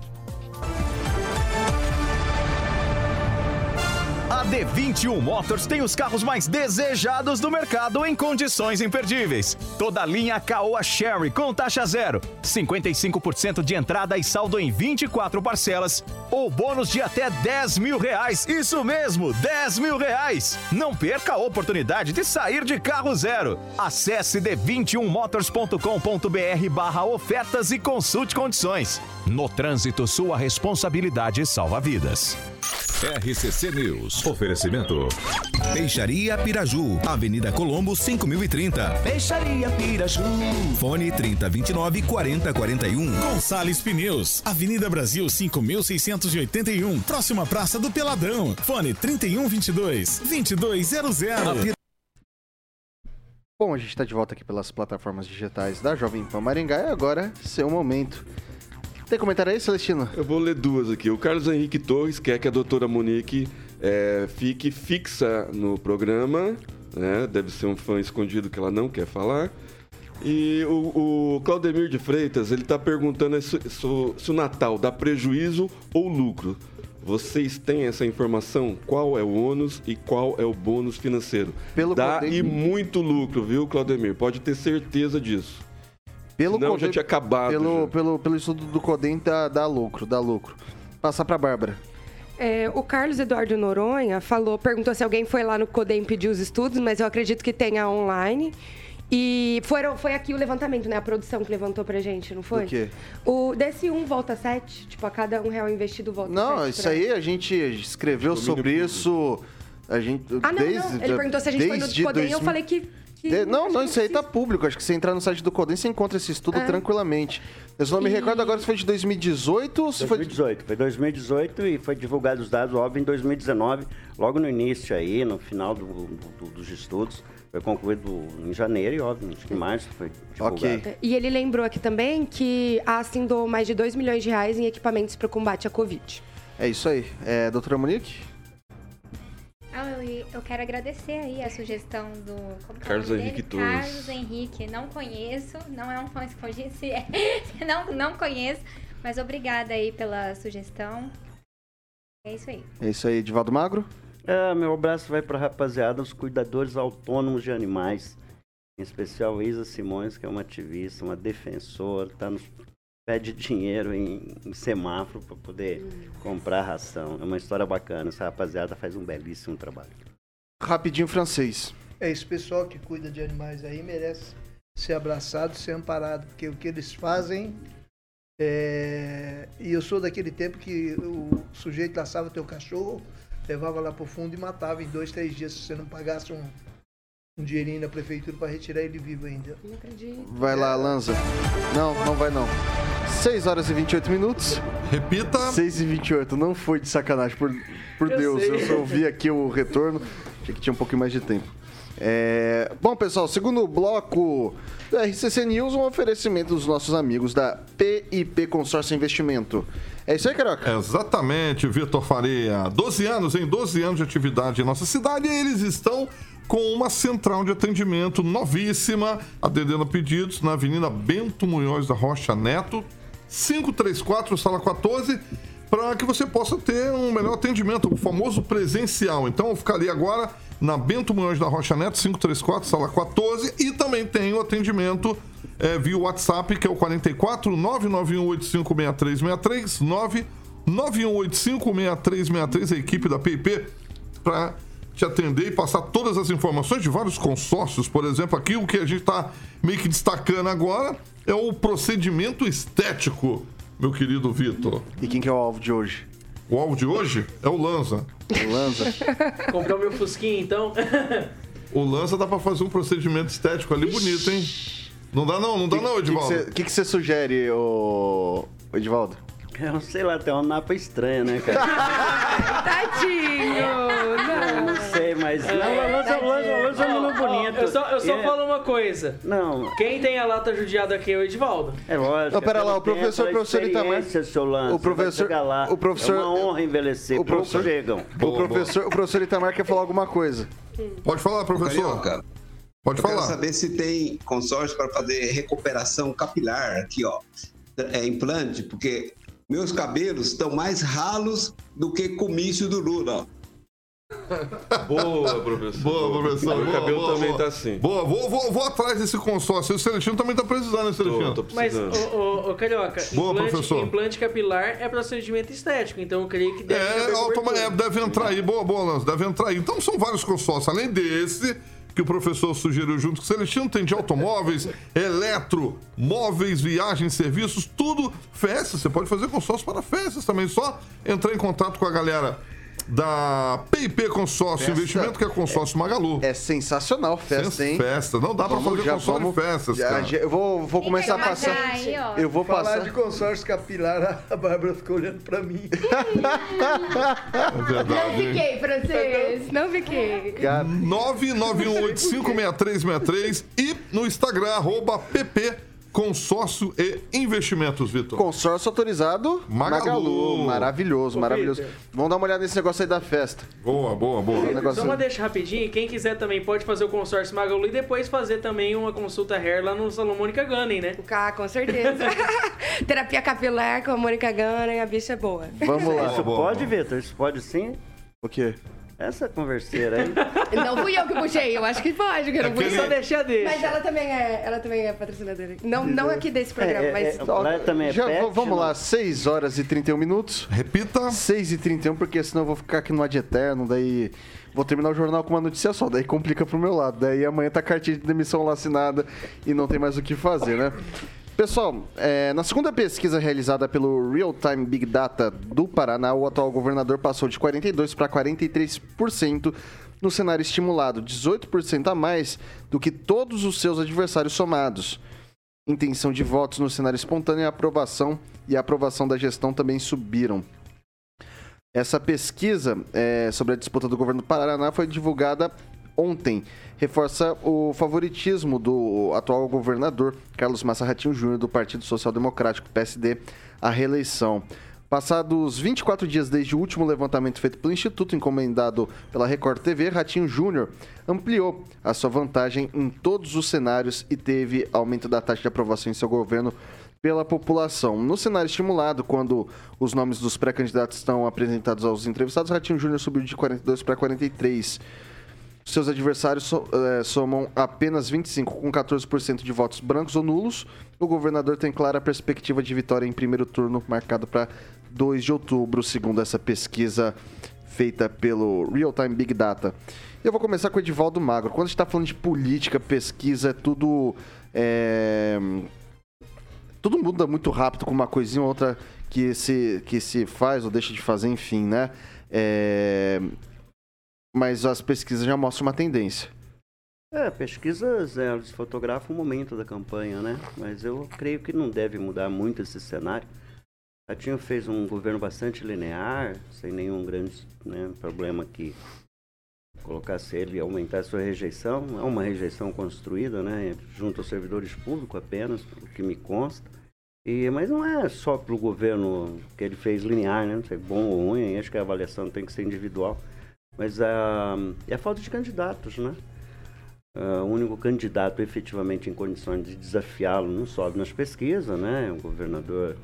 A D vinte e um Motors tem os carros mais desejados do mercado em condições imperdíveis. Toda a linha Caoa Sherry com taxa zero, cinquenta e cinco por cento de entrada e saldo em vinte e quatro parcelas, ou bônus de até dez mil reais. Isso mesmo, dez mil reais. Não perca a oportunidade de sair de carro zero. Acesse d vinte e um motors ponto com ponto b r barra ofertas e consulte condições. No trânsito, sua responsabilidade salva vidas. R C C News. Oferecimento. Peixaria Piraju, Avenida Colombo, cinco mil e trinta. Peixaria Piraju. Fone trinta, vinte e nove, quarenta, quarenta e um. Gonçalves Pneus, Avenida Brasil, cinco mil seiscentos e oitenta e um. Próxima Praça do Peladão. Fone trinta e um, vinte e dois, vinte e dois zero zero. Bom, a gente está de volta aqui pelas plataformas digitais da Jovem Pan Maringá e agora, seu momento. Tem comentário aí, Celestino? Eu vou ler duas aqui. O Carlos Henrique Torres quer que a doutora Monique é, fique fixa no programa, né? Deve ser um fã escondido que ela não quer falar. E o, o Claudemir de Freitas, ele está perguntando se, se, se o Natal dá prejuízo ou lucro. Vocês têm essa informação? Qual é o ônus e qual é o bônus financeiro? Pelo dá Codem... e muito lucro, viu, Claudemir? Pode ter certeza disso. Pelo Senão Codem... já tinha acabado. Pelo, já. pelo, pelo estudo do Codem, dá, dá lucro, dá lucro. Passar para a Bárbara. É, o Carlos Eduardo Noronha falou, perguntou se alguém foi lá no Codem pedir os estudos, mas eu acredito que tenha online. E foram, foi aqui o levantamento, né? A produção que levantou pra gente, não foi? O quê? O desse um volta sete, tipo, a cada um real investido volta Não, sete. isso pra... aí a gente escreveu Domínio sobre público. isso. A gente, Ah, não, desde, não. Ele perguntou se a gente foi no Codem, dois eu mil... falei que... que De... Não, não, que isso aí tá precisa. público. Acho que você entrar no site do Codem, você encontra esse estudo É. tranquilamente. Eu só não me E- recordo agora se foi de dois mil e dezoito ou se dois foi... mil e dezoito. Foi dois mil e dezoito e foi divulgado os dados, óbvio, em dois mil e dezenove, logo no início aí, no final do, do, dos estudos. Foi concluído em janeiro e, óbvio, acho que em março foi divulgado. Ok. E ele lembrou aqui também que a Assim doou mais de dois milhões de reais em equipamentos para o combate à Covid. É isso aí. É, doutora Monique? Ah, eu, eu quero agradecer aí a sugestão do... Como que é o Carlos nome dele? Henrique Torres. Carlos Henrique. Não conheço, não é um fã escondido, se é. não, não conheço, mas obrigada aí pela sugestão. É isso aí. É isso aí, Edivaldo Magro? É, meu abraço vai para a rapaziada, os cuidadores autônomos de animais, em especial Isa Simões, que é uma ativista, uma defensora, tá nos pede dinheiro em, em semáforo para poder hum. comprar ração. É uma história bacana, essa rapaziada faz um belíssimo trabalho. Rapidinho, francês. É, esse pessoal que cuida de animais aí merece ser abraçado, ser amparado, porque o que eles fazem... É... E eu sou daquele tempo que o sujeito laçava teu cachorro, levava lá pro fundo e matava em dois, três dias se você não pagasse um, um dinheirinho na prefeitura para retirar ele vivo ainda. Não acredito. Vai lá, Lanza. Não, não vai não. seis horas e vinte e oito minutos. Repita. seis e vinte e oito. Não foi de sacanagem, por, por Eu Deus. sei. Eu só ouvi aqui o retorno. Achei que tinha um pouquinho mais de tempo. É... Bom, pessoal, segundo bloco do R C C News, um oferecimento dos nossos amigos da P I P Consórcio Investimento. É isso aí, Caroca? Exatamente, Vitor Faria. doze anos, em doze anos de atividade em nossa cidade, e eles estão com uma central de atendimento novíssima, atendendo a pedidos na Avenida Bento Munhoz da Rocha Neto, quinhentos e trinta e quatro, sala quatorze, para que você possa ter um melhor atendimento, o famoso presencial. Então, eu ficaria agora na Bento Munhoz da Rocha Neto, quinhentos e trinta e quatro, sala quatorze, e também tem o atendimento é, via WhatsApp, que é o quarenta e quatro, nove nove um oito cinco seis três seis três, nove nove um oito cinco seis três seis três, a equipe da P I P, para te atender e passar todas as informações de vários consórcios. Por exemplo, aqui o que a gente está meio que destacando agora é o procedimento estético, meu querido Vitor. E quem que é o alvo de hoje? O alvo de hoje é o Lanza. O Lanza? Comprar o meu fusquinha, então? O Lanza dá pra fazer um procedimento estético ali bonito, hein? Não dá não, não dá que, não, Edivaldo. O que, que você sugere, ô... Edivaldo? Eu sei lá, tem uma napa estranha, né, cara? Tadinho! Não, não sei, mas... Não, lança, lança, lança um menino bonito. Eu só, eu só É. falo uma coisa. Não. Quem tem a lata judiada aqui é o Edivaldo. É lógico. Não, pera é lá, pelo o professor- tempo, professor pela Itamar- experiência, seu Lança, o professor- vai chegar lá. o professor- É uma honra envelhecer. o Poucos professor- chegam. O professor, o professor Itamar quer falar alguma coisa. Pode falar, professor. Carioca, Pode eu falar. quero saber se tem consórcio para fazer recuperação capilar aqui, ó. É implante, porque meus cabelos estão mais ralos do que comício do Lula. Boa, professor. Boa, professor. Meu boa, cabelo boa, também boa. tá assim. Boa, vou, vou, vou atrás desse consórcio. O Celestino também tá precisando, né, Celestino? Tô, tô Mas, precisando. ô, ô, ô, Carioca, Boa, implante, professor. implante capilar é procedimento estético, então eu creio que deve É, haver automa- cobertura. é, deve entrar aí. Boa, boa, Lança, deve entrar aí. Então são vários consórcios. Além desse, que o professor sugeriu junto com o Celestino, tem de automóveis, eletro, móveis, viagens, serviços, tudo. Festas, você pode fazer consórcio para festas também. Só entrar em contato com a galera da P I P Consórcio Festa. Investimento, que é consórcio Magalu. É sensacional festa, hein? Festa, não dá pra Vamos fazer já, consórcio vamos- de festas, já- cara. já- Eu vou, vou começar a passar. Aí, ó. Eu vou Falar passar. de consórcio capilar, a Bárbara ficou olhando pra mim. É verdade, Não hein? fiquei, francês. Não fiquei. Cara, nove nove um oito cinco seis três seis três e no Instagram, arroba P P consórcio e investimentos, Vitor. Consórcio autorizado Magalu. Magalu. Maravilhoso, Ô, maravilhoso. Vitor. Vamos dar uma olhada nesse negócio aí da festa. Boa, boa, boa. Um negócio- Só uma deixa rapidinho, quem quiser também pode fazer o consórcio Magalu e depois fazer também uma consulta hair lá no Salão Mônica Gunning, né? Ah, com certeza. Terapia capilar com a Mônica Gunning, a bicha é boa. Vamos lá. Isso boa, pode, boa. Vitor? Isso pode sim? O quê? Essa converseira aí. Não fui eu que puxei, eu acho que pode, que eu não fui Aquele- Só deixa deixa. Mas ela também é, ela também é patrocinadora. Não, não aqui desse programa, É, é, mas... é, lá também é Já, pet, v- vamos não? lá, seis horas e trinta e um minutos. Repita. seis e trinta e um, porque senão eu vou ficar aqui no ad eterno, daí vou terminar o jornal com uma notícia só, daí complica pro meu lado. Daí amanhã tá a cartilha de demissão lá assinada e não tem mais o que fazer, né? Pessoal, é, na segunda pesquisa realizada pelo Real Time Big Data do Paraná, o atual governador passou de quarenta e dois por cento para quarenta e três por cento no cenário estimulado, dezoito por cento a mais do que todos os seus adversários somados. Intenção de votos no cenário espontâneo e a aprovação e a aprovação da gestão também subiram. Essa pesquisa é, sobre a disputa do governo do Paraná foi divulgada ontem. Reforça o favoritismo do atual governador, Carlos Massa Ratinho Júnior, do Partido Social Democrático, P S D, à reeleição. Passados vinte e quatro dias desde o último levantamento feito pelo Instituto, encomendado pela Record T V, Ratinho Júnior ampliou a sua vantagem em todos os cenários e teve aumento da taxa de aprovação em seu governo pela população. No cenário estimulado, quando os nomes dos pré-candidatos estão apresentados aos entrevistados, Ratinho Júnior subiu de quarenta e dois para quarenta e três. Seus adversários so, eh, somam apenas vinte e cinco, com quatorze por cento de votos brancos ou nulos. O governador tem clara perspectiva de vitória em primeiro turno, marcado para dois de outubro, segundo essa pesquisa feita pelo Real Time Big Data. Eu vou começar com o Edivaldo Magro. Quando a gente está falando de política, pesquisa, é tudo... É... Tudo muda muito rápido com uma coisinha ou outra que se, que se faz ou deixa de fazer, enfim, né? É... Mas as pesquisas já mostram uma tendência. É, pesquisas, é, elas fotografam o momento da campanha, né? Mas eu creio que não deve mudar muito esse cenário. Ratinho fez um governo bastante linear, sem nenhum grande, né, problema que colocasse ele e aumentasse sua rejeição. É uma rejeição construída, né, junto aos servidores públicos apenas, o que me consta. E, mas não é só para o governo que ele fez linear, né? Não sei, bom ou ruim, acho que a avaliação tem que ser individual. Mas a, é a falta de candidatos, né? Uh, o único candidato efetivamente em condições de desafiá-lo não sobe nas pesquisas, né? O governador,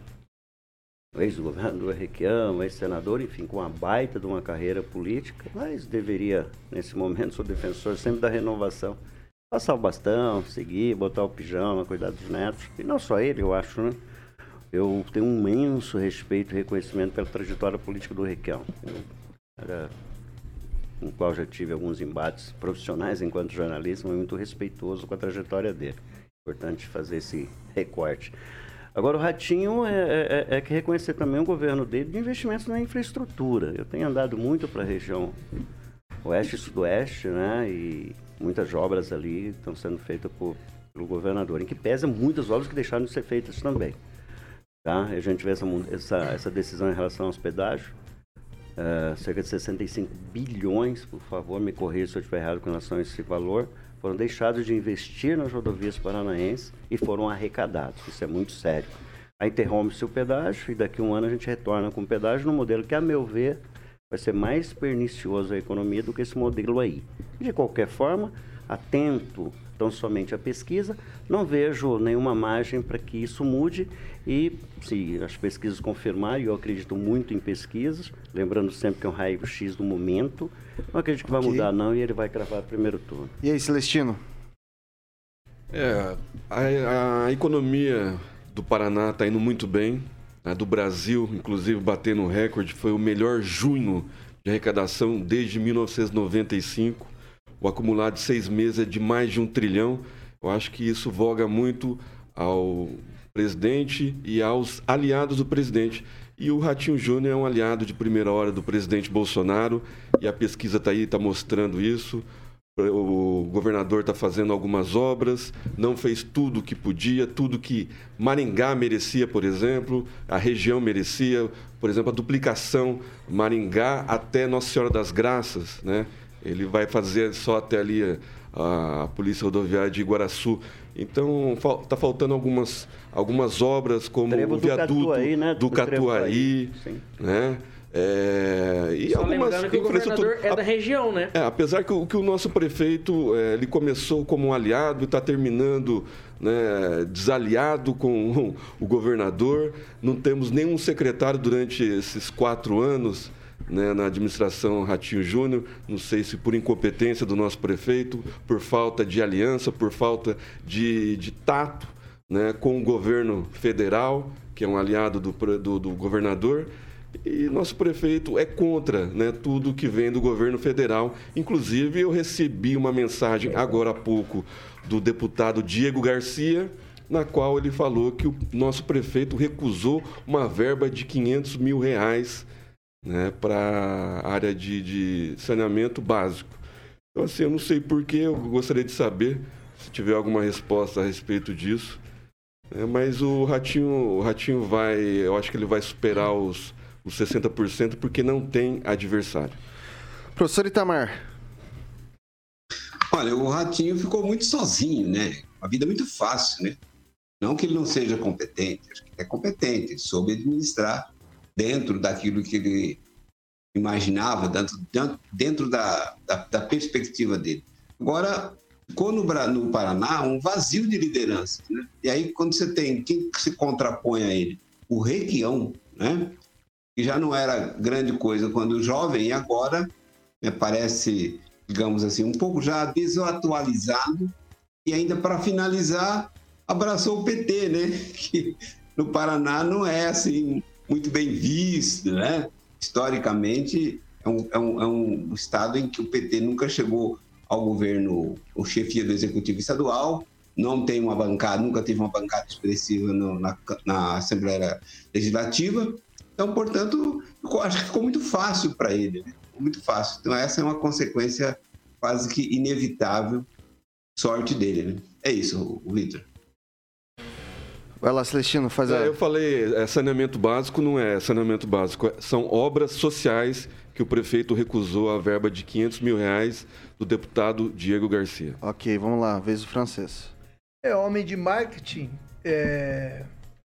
o ex-governador Requião, ex-senador, enfim, com uma baita de uma carreira política, mas deveria, nesse momento, sou defensor sempre da renovação, passar o bastão, seguir, botar o pijama, cuidar dos netos. E não só ele, eu acho, né? Eu tenho um imenso respeito e reconhecimento pela trajetória política do Requião. Eu era... com o qual já tive alguns embates profissionais enquanto jornalista, mas muito respeitoso com a trajetória dele. Importante fazer esse recorte. Agora, o Ratinho é, é, é que reconhecer também o governo dele de investimentos na infraestrutura. Eu tenho andado muito para a região oeste e sudoeste, né? E muitas obras ali estão sendo feitas por, pelo governador, em que pesa muitas obras que deixaram de ser feitas também. Tá? A gente vê essa, essa, essa decisão em relação aos pedágios. Uh, cerca de sessenta e cinco bilhões, por favor, me corrija se eu estiver errado com relação a esse valor, foram deixados de investir nas rodovias paranaenses e foram arrecadados. Isso é muito sério. Aí interrompe-se o pedágio e daqui a um ano a gente retorna com o pedágio no modelo que, a meu ver, vai ser mais pernicioso à economia do que esse modelo aí. De qualquer forma, atento tão somente à pesquisa, não vejo nenhuma margem para que isso mude e, se as pesquisas confirmarem, eu acredito muito em pesquisas, lembrando sempre que é um raio-x do momento, não acredito que vai okay. mudar não e ele vai cravar o primeiro turno. E aí, Celestino? É, a, a economia do Paraná está indo muito bem, a do Brasil, inclusive, batendo recorde, foi o melhor junho de arrecadação desde mil novecentos e noventa e cinco. O acumulado de seis meses é de mais de um trilhão. Eu acho que isso voga muito ao presidente e aos aliados do presidente. E o Ratinho Júnior é um aliado de primeira hora do presidente Bolsonaro e a pesquisa está aí, está mostrando isso. O governador está fazendo algumas obras, não fez tudo o que podia, tudo que Maringá merecia, por exemplo, a região merecia, por exemplo, a duplicação Maringá até Nossa Senhora das Graças, né? Ele vai fazer só até ali a Polícia Rodoviária de Iguaraçu. Então, está faltando algumas, algumas obras, como Trevo o viaduto do Catuaí, né? do Do Catuaí, Sim. né? É, e Só algumas lembrando que o governador é da região, né? É, apesar que o, que o nosso prefeito é, ele começou como um aliado e está terminando, né, desaliado com o governador. Não temos nenhum secretário durante esses quatro anos, né, na administração Ratinho Júnior. Não sei se por incompetência do nosso prefeito, por falta de aliança, por falta de, de tato, né, com o governo federal, que é um aliado do, do, do governador. E nosso prefeito é contra, né, tudo que vem do governo federal. Inclusive, eu recebi uma mensagem agora há pouco do deputado Diego Garcia, na qual ele falou que o nosso prefeito recusou uma verba de quinhentos mil reais, né, para a área de, de saneamento básico. Então, assim, eu não sei porquê, eu gostaria de saber se tiver alguma resposta a respeito disso. É, mas o Ratinho, o Ratinho vai, eu acho que ele vai superar os os sessenta por cento, porque não tem adversário. Professor Itamar. Olha, o Ratinho ficou muito sozinho, né? Uma vida muito fácil, né? Não que ele não seja competente, acho que ele é competente, ele soube administrar dentro daquilo que ele imaginava, dentro, dentro da, da, da perspectiva dele. Agora, ficou no, no Paraná um vazio de liderança, né? E aí, quando você tem quem se contrapõe a ele? O Requião, né? Que já não era grande coisa quando jovem, e agora, né, parece, digamos assim, um pouco já desatualizado, e ainda para finalizar, abraçou o P T, né? Que no Paraná não é assim muito bem visto, né? Historicamente, é um, é um, é um estado em que o P T nunca chegou ao governo, ou chefia do Executivo Estadual, não tem uma bancada, nunca teve uma bancada expressiva no, na, na Assembleia Legislativa. Então, portanto, eu acho que ficou muito fácil para ele, né? Muito fácil. Então, essa é uma consequência quase que inevitável, sorte dele, né? É isso, o Vitor. Vai lá, Celestino, faz a... É, eu falei, é, saneamento básico não é saneamento básico, são obras sociais que o prefeito recusou a verba de quinhentos mil reais do deputado Diego Garcia. Ok, vamos lá, vez do francês. É, homem de marketing, é...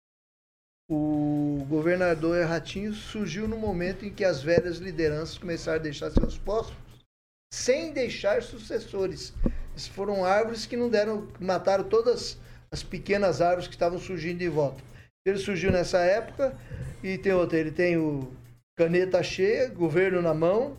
o governador Ratinho surgiu no momento em que as velhas lideranças começaram a deixar seus postos sem deixar sucessores. Essas foram árvores que não deram, mataram todas as pequenas árvores que estavam surgindo de volta. Ele surgiu nessa época e tem outra, ele tem o caneta cheia, governo na mão,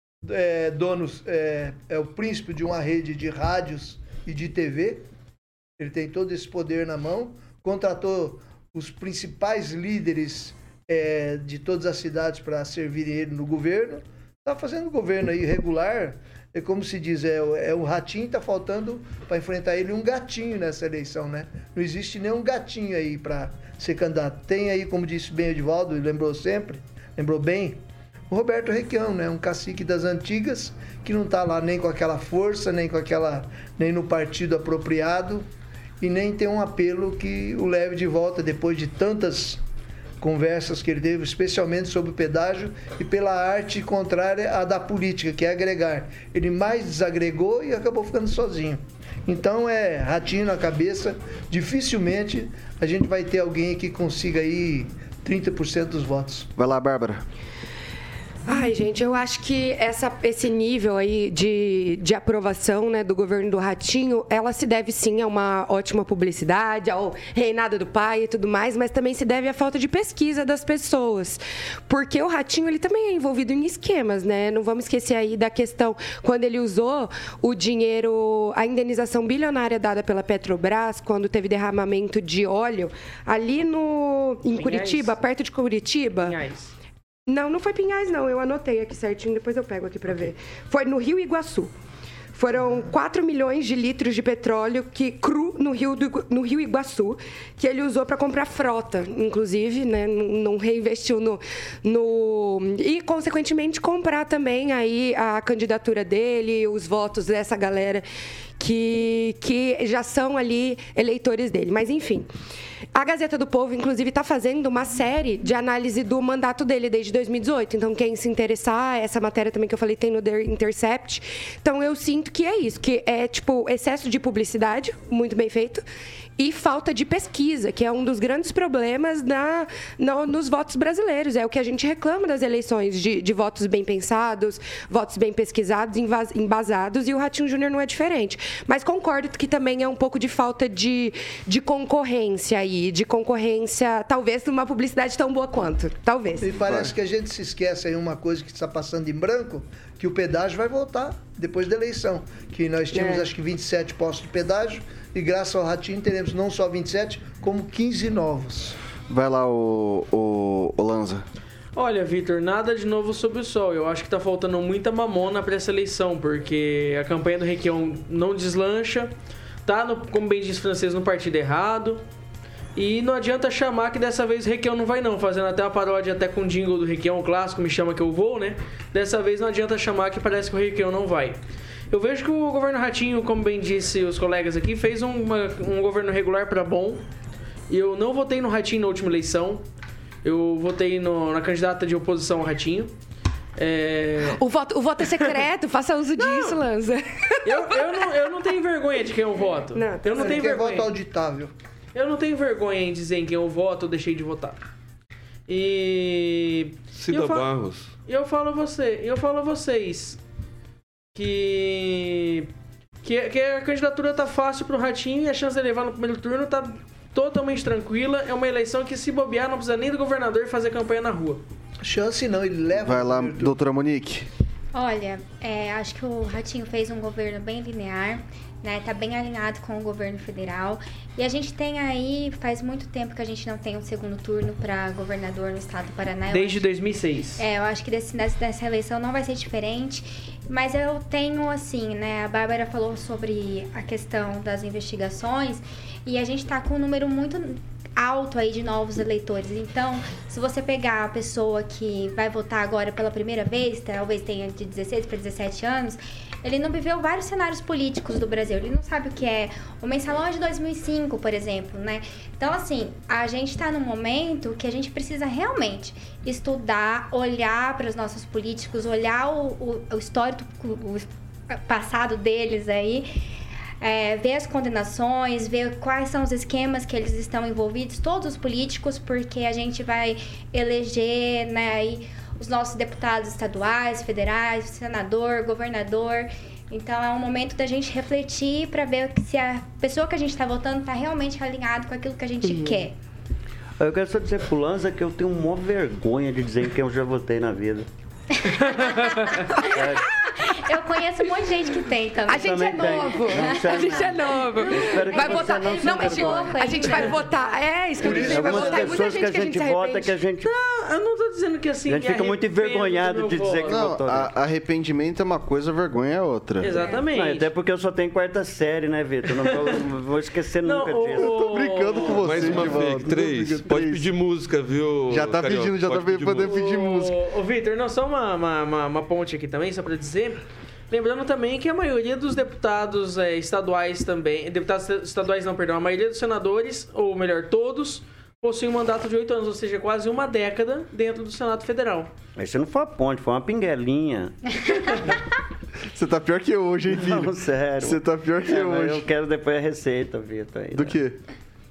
é, donos, é, é o príncipe de uma rede de rádios e de T V, ele tem todo esse poder na mão, contratou os principais líderes é, de todas as cidades para servirem ele no governo. Está fazendo governo aí regular, é como se diz, é, é o Ratinho, está faltando para enfrentar ele um gatinho nessa eleição, né? Não existe nenhum gatinho aí para ser candidato. Tem aí, como disse bem o Edivaldo, lembrou sempre, lembrou bem, o Roberto Requião, né? Um cacique das antigas, que não está lá nem com aquela força, nem com aquela, nem no partido apropriado, e nem tem um apelo que o leve de volta depois de tantas conversas que ele teve, especialmente sobre o pedágio e pela arte contrária à da política, que é agregar. Ele mais desagregou e acabou ficando sozinho. Então é Ratinho na cabeça, dificilmente a gente vai ter alguém que consiga aí trinta por cento dos votos. Vai lá, Bárbara. Ai, gente, eu acho que essa, esse nível aí de, de aprovação, né, do governo do Ratinho, ela se deve sim a uma ótima publicidade, ao reinado do pai e tudo mais, mas também se deve à falta de pesquisa das pessoas. Porque o Ratinho, ele também é envolvido em esquemas, né? Não vamos esquecer aí da questão, quando ele usou o dinheiro, a indenização bilionária dada pela Petrobras, quando teve derramamento de óleo, ali no, em Pinhais. Curitiba, perto de Curitiba. Pinhais. Não, não foi Pinhais, não. Eu anotei aqui certinho, depois eu pego aqui para ver. Foi no Rio Iguaçu. Foram quatro milhões de litros de petróleo que, cru no Rio, do, no Rio Iguaçu, que ele usou para comprar frota, inclusive, né? Não reinvestiu no, no... E, consequentemente, comprar também aí a candidatura dele, os votos dessa galera que, que já são ali eleitores dele. Mas, enfim, a Gazeta do Povo, inclusive, está fazendo uma série de análise do mandato dele desde dois mil e dezoito. Então, quem se interessar, essa matéria também que eu falei tem no The Intercept. Então, eu sinto que é isso, que é, tipo, excesso de publicidade, muito bem feito, e falta de pesquisa, que é um dos grandes problemas na, no, nos votos brasileiros. É o que a gente reclama das eleições, de, de votos bem pensados, votos bem pesquisados, embasados, e o Ratinho Júnior não é diferente. Mas concordo que também é um pouco de falta de, de concorrência aí, de concorrência, talvez, numa publicidade tão boa quanto. Talvez. E parece que a gente se esquece aí uma coisa que está passando em branco, que o pedágio vai voltar depois da eleição. Que nós tínhamos, é. acho que, vinte e sete postos de pedágio, e graças ao Ratinho teremos não só vinte e sete, como quinze novos. Vai lá, o, o, o Lanza. Olha, Vitor, nada de novo sob o sol. Eu acho que tá faltando muita mamona para essa eleição, porque a campanha do Requião não deslancha, tá, no, como bem diz o francês, no partido errado. E não adianta chamar que dessa vez o Requião não vai não, fazendo até uma paródia até com o jingle do Requião, o clássico, Me Chama Que Eu Vou, né? Dessa vez não adianta chamar que parece que o Requião não vai. Eu vejo que o governo Ratinho, como bem disse os colegas aqui, fez uma, um governo regular para bom. Eu não votei no Ratinho na última eleição. Eu votei no, na candidata de oposição ao Ratinho. É... O, voto, o voto é secreto, faça uso disso, Lanza. Eu, eu, não, eu não tenho vergonha de quem eu voto. Não, eu não tenho vergonha. voto auditável. Eu não tenho vergonha em dizer em quem eu voto ou deixei de votar. E... Cida eu falo, Barros. Eu falo a você, eu falo a vocês que... que que a candidatura tá fácil pro Ratinho e a chance de levar no primeiro turno tá totalmente tranquila. É uma eleição que, se bobear, não precisa nem do governador fazer campanha na rua. Chance não, ele leva... Vai lá, doutora Monique. Olha, é, acho que o Ratinho fez um governo bem linear, né? Tá bem alinhado com o governo federal. E a gente tem aí, faz muito tempo que a gente não tem um segundo turno para governador no estado do Paraná. Eu Desde acho, dois mil e seis. É, eu acho que desse, dessa eleição não vai ser diferente. Mas eu tenho, assim, né? A Bárbara falou sobre a questão das investigações e a gente tá com um número muito alto aí de novos eleitores. Então, se você pegar a pessoa que vai votar agora pela primeira vez, talvez tenha de dezesseis para dezessete anos, ele não viveu vários cenários políticos do Brasil. Ele não sabe o que é o mensalão de dois mil e cinco, por exemplo, né? Então, assim, a gente está num momento que a gente precisa realmente estudar, olhar para os nossos políticos, olhar o, o, o histórico, o passado deles aí, É, ver as condenações, ver quais são os esquemas que eles estão envolvidos, todos os políticos, porque a gente vai eleger, né, aí, os nossos deputados estaduais, federais, senador, governador. Então é um momento da gente refletir para ver se a pessoa que a gente está votando está realmente alinhado com aquilo que a gente uhum. quer. Eu quero só dizer pro Lanza que eu tenho uma maior de dizer em quem eu já votei na vida. é. Eu conheço um monte de gente que tem também. A gente é novo. A gente é novo. Vai votar. Não, não mas a gente vai votar. É, isso que eu disse. Vai votar. Muita gente que a gente vota que a gente... Não, eu não tô dizendo que assim... A gente fica muito envergonhado de dizer que não, votou. A, arrependimento é uma coisa, vergonha é outra. Exatamente. Não, até porque eu só tenho quarta série, né, Vitor? Não vou, não vou esquecer não, nunca o, disso. Eu tô brincando com você. Mais uma vez, três. Pode pedir música, viu? Já tá Carioca? pedindo, já Pode tá pedir podendo pedir música. Ô, Vitor, não, só uma, uma, uma, uma ponte aqui também, só pra dizer... Lembrando também que a maioria dos deputados é, estaduais também... Deputados estaduais não, perdão. A maioria dos senadores, ou melhor, todos, possuem um mandato de oito anos, ou seja, quase uma década dentro do Senado Federal. Isso não foi uma ponte, foi uma pinguelinha. Você tá pior que eu hoje, hein, filho? Não, sério. Você tá pior que é, eu hoje. Eu quero depois a receita, Vitor. Aí, Do né? quê?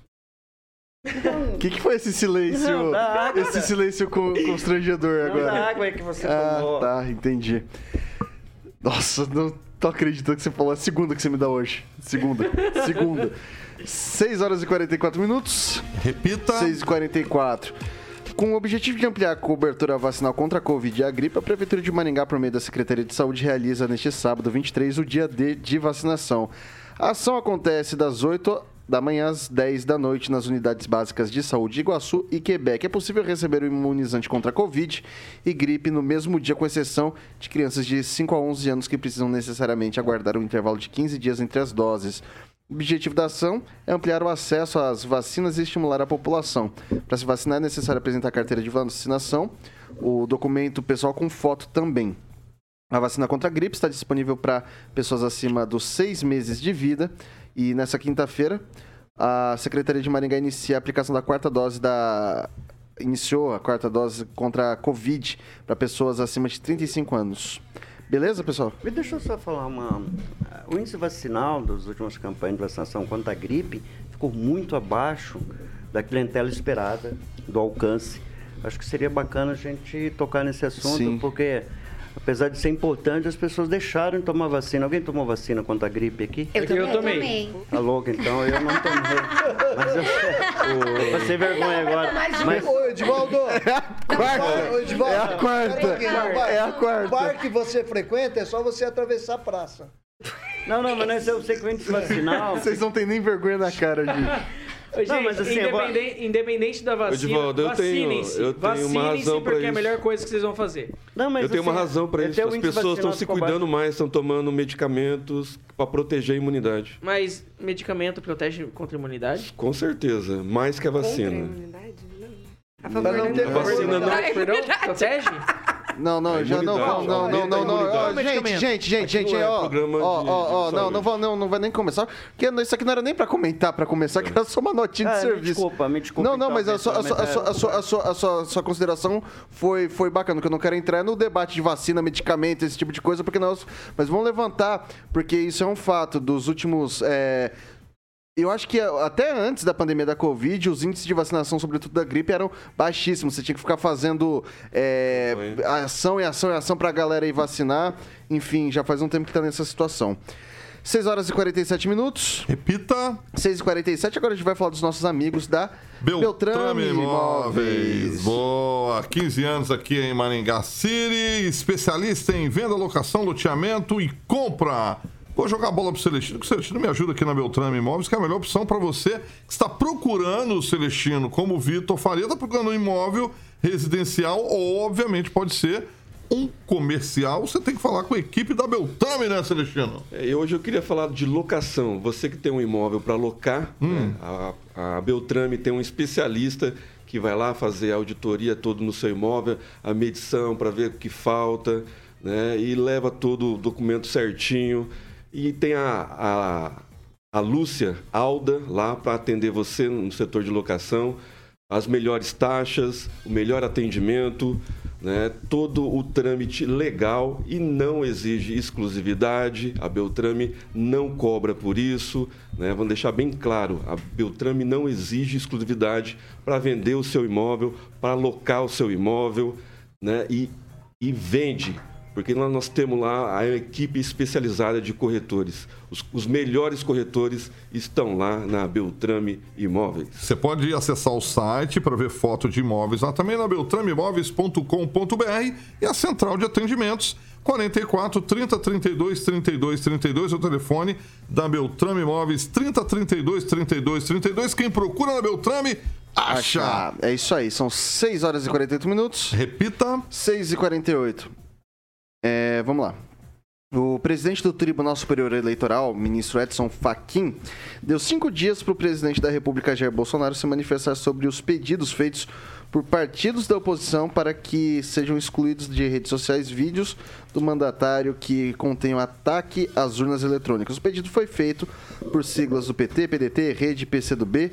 O que, que foi esse silêncio? Não, da água, esse silêncio constrangedor não, agora? Da água é que você ah, tomou. Tá, entendi. Nossa, não tô acreditando que você falou a segunda que você me dá hoje. Segunda. Segunda. seis horas e quarenta e quatro minutos. Repita. seis e quarenta e quatro. Com o objetivo de ampliar a cobertura vacinal contra a Covid e a gripe, a Prefeitura de Maringá, por meio da Secretaria de Saúde, realiza neste sábado, vinte e três, o dia D de vacinação. A ação acontece das oito da manhã às dez da noite nas unidades básicas de saúde de Iguaçu e Quebec. É possível receber o imunizante contra a Covid e gripe no mesmo dia, com exceção de crianças de cinco a onze anos que precisam necessariamente aguardar um intervalo de quinze dias entre as doses. O objetivo da ação é ampliar o acesso às vacinas e estimular a população. Para se vacinar é necessário apresentar a carteira de vacinação, o documento pessoal com foto também. A vacina contra a gripe está disponível para pessoas acima dos seis meses de vida. E nessa quinta-feira, a Secretaria de Maringá inicia a aplicação da quarta dose da... Iniciou a quarta dose contra a Covid para pessoas acima de trinta e cinco anos. Beleza, pessoal? Me deixa eu só falar uma... O índice vacinal das últimas campanhas de vacinação contra a gripe ficou muito abaixo da clientela esperada, do alcance. Acho que seria bacana a gente tocar nesse assunto, Sim. porque... Apesar de ser importante, as pessoas deixaram de tomar vacina. Alguém tomou vacina contra a gripe aqui? Eu, eu tomei. Tá louco, então? Eu não tomei. Mas eu passei vergonha agora. Mas... Ô, Edivaldo! É a quarta! Ô, Edivaldo, é a quarta! É a quarta! O bar que você frequenta é só você atravessar a praça. Não, não, mas não é o sequente vacinal. Vocês não têm nem vergonha na cara, gente. Gente, não, mas assim, independente, vou... independente da vacina, Edivaldo, eu tenho, eu tenho uma razão para isso. Porque é a melhor coisa que vocês vão fazer. Não, mas eu tenho assim, uma razão para isso. As pessoas estão se cuidando mais, estão tomando medicamentos para proteger a imunidade. Mas medicamento protege contra a imunidade? Com certeza, mais que a vacina. Contra a imunidade? Não. A favor não ter vacina não. Perdão? Protege? Não, não, já não, não, não, não, não, não, gente, gente, gente, gente, ó, ó, ó, não, não, não, não vai nem começar, porque isso aqui não era nem pra comentar, pra começar, que era só uma notinha de ah, serviço. Me desculpa, me desculpa. Não, não, mas a sua, a sua, a sua, a sua, a sua, a sua, a sua consideração foi, foi bacana, que eu não quero entrar no debate de vacina, medicamento, esse tipo de coisa, porque nós, mas vamos levantar, porque isso é um fato dos últimos... É, eu acho que até antes da pandemia da Covid, os índices de vacinação, sobretudo da gripe, eram baixíssimos. Você tinha que ficar fazendo é, ação e ação e ação pra galera ir vacinar. Enfim, já faz um tempo que tá nessa situação. seis horas e quarenta e sete minutos. Repita. seis e quarenta e sete. Agora a gente vai falar dos nossos amigos da Beltrame Imóveis. Boa. quinze anos aqui em Maringá City. Especialista em venda, locação, loteamento e compra. Vou jogar a bola pro Celestino, que o Celestino me ajuda aqui na Beltrame Imóveis, que é a melhor opção para você que está procurando o Celestino, como o Vitor Faria, está procurando um imóvel residencial ou, obviamente, pode ser um comercial. Você tem que falar com a equipe da Beltrame, né, Celestino? É, e hoje eu queria falar de locação. Você que tem um imóvel para locar, hum. né, a, a Beltrame tem um especialista que vai lá fazer a auditoria todo no seu imóvel, a medição para ver o que falta, né, e leva todo o documento certinho. E tem a, a, a Lúcia Alda lá para atender você no setor de locação, as melhores taxas, o melhor atendimento, né, todo o trâmite legal e não exige exclusividade. A Beltrame não cobra por isso, né, vamos deixar bem claro, a Beltrame não exige exclusividade para vender o seu imóvel, para alocar o seu imóvel, né, e, e vende. Porque nós temos lá a equipe especializada de corretores. Os, os melhores corretores estão lá na Beltrame Imóveis. Você pode acessar o site para ver foto de imóveis lá também na beltrame imóveis ponto com ponto b r e a central de atendimentos quarenta e quatro, trinta, trinta e dois, trinta e dois, trinta e dois, é o telefone da Beltrame Imóveis, trinta, trinta e dois, trinta e dois, trinta e dois. Quem procura na Beltrame, acha. acha. É isso aí, são seis horas e quarenta e oito minutos. Repita. seis e quarenta e oito. É, vamos lá. O presidente do Tribunal Superior Eleitoral, ministro Edson Fachin, deu cinco dias para o presidente da República, Jair Bolsonaro, se manifestar sobre os pedidos feitos por partidos da oposição para que sejam excluídos de redes sociais vídeos do mandatário que contenham ataque às urnas eletrônicas. O pedido foi feito por siglas do P T, P D T, Rede, P C do B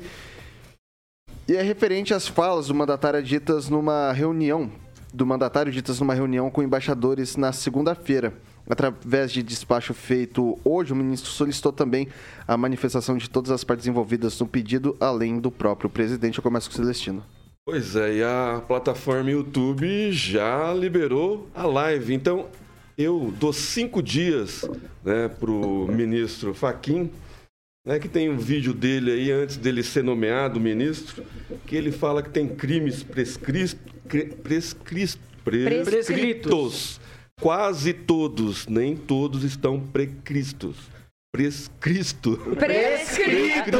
e é referente às falas do mandatário ditas numa reunião do mandatário ditas numa reunião com embaixadores na segunda-feira. Através de despacho feito hoje, o ministro solicitou também a manifestação de todas as partes envolvidas no pedido, além do próprio presidente. Eu começo com o Celestino. Pois é, e a plataforma YouTube já liberou a live. Então, eu dou cinco dias, né, para o ministro Fachin, né, que tem um vídeo dele aí, antes dele ser nomeado ministro, que ele fala que tem crimes prescritos, prescritos, prescritos. Quase todos, nem todos estão precristos. Prescristo. Prescritos!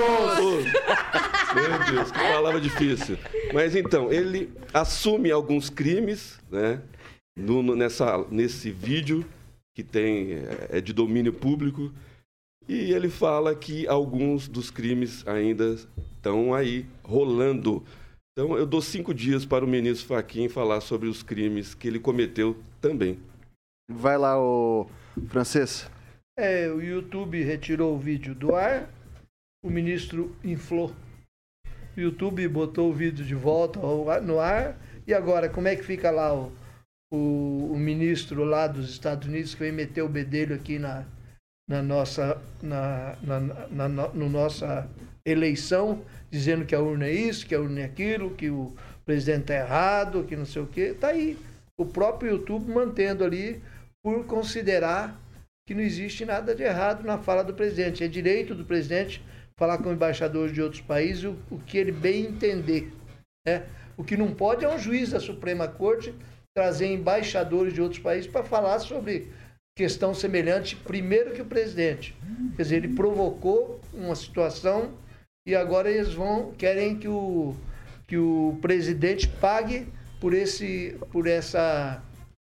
Meu Deus, que palavra difícil. Mas então, ele assume alguns crimes, né, no, no, nessa, nesse vídeo, que tem, é de domínio público, e ele fala que alguns dos crimes ainda estão aí rolando. Então, eu dou cinco dias para o ministro Fachin falar sobre os crimes que ele cometeu também. Vai lá, ô Francês. É, o YouTube retirou o vídeo do ar, o ministro inflou. O YouTube botou o vídeo de volta no ar, e agora, como é que fica lá o, o, o ministro lá dos Estados Unidos que vem meter o bedelho aqui na, na nossa, na, na, na, na no nossa eleição, dizendo que a urna é isso, que a urna é aquilo, que o presidente está errado, que não sei o quê. Está aí o próprio YouTube mantendo ali por considerar que não existe nada de errado na fala do presidente. É direito do presidente falar com embaixadores de outros países o, o que ele bem entender. Né? O que não pode é um juiz da Suprema Corte trazer embaixadores de outros países para falar sobre questão semelhante, primeiro que o presidente. Quer dizer, ele provocou uma situação e agora eles vão querem que o, que o presidente pague por esse, por essa,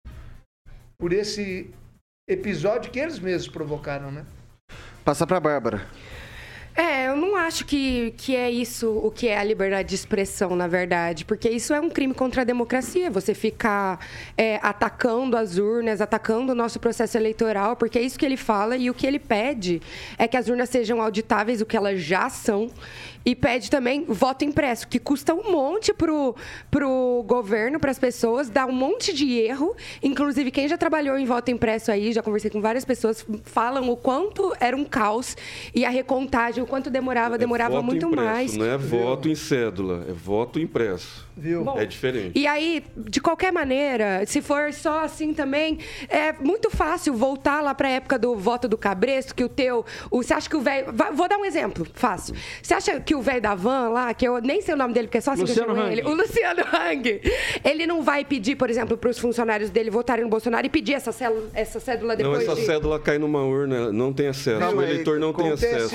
por esse episódio que eles mesmos provocaram, né? Passa para a Bárbara. É, eu não acho que, que é isso o que é a liberdade de expressão, na verdade, porque isso é um crime contra a democracia, você ficar é, atacando as urnas, atacando o nosso processo eleitoral, porque é isso que ele fala e o que ele pede é que as urnas sejam auditáveis, o que elas já são, e pede também voto impresso, que custa um monte pro, pro governo, para as pessoas, dá um monte de erro, inclusive quem já trabalhou em voto impresso aí, já conversei com várias pessoas, falam o quanto era um caos e a recontagem, o quanto demorava, demorava é voto muito impresso, mais. Não é voto em cédula, é voto impresso. Viu? Bom, é diferente. E aí, de qualquer maneira, se for só assim também, é muito fácil voltar lá para a época do voto do Cabresto, que o teu... O, você acha que o velho... Vou dar um exemplo, fácil. Você acha que o velho da van lá, que eu nem sei o nome dele, porque é só assim Luciano que eu chamo ele, o Luciano Hang, ele não vai pedir, por exemplo, para os funcionários dele votarem no Bolsonaro e pedir essa, célula, essa cédula depois Não, essa de... cédula cai numa urna, não tem acesso. Não, o eleitor não tem acesso.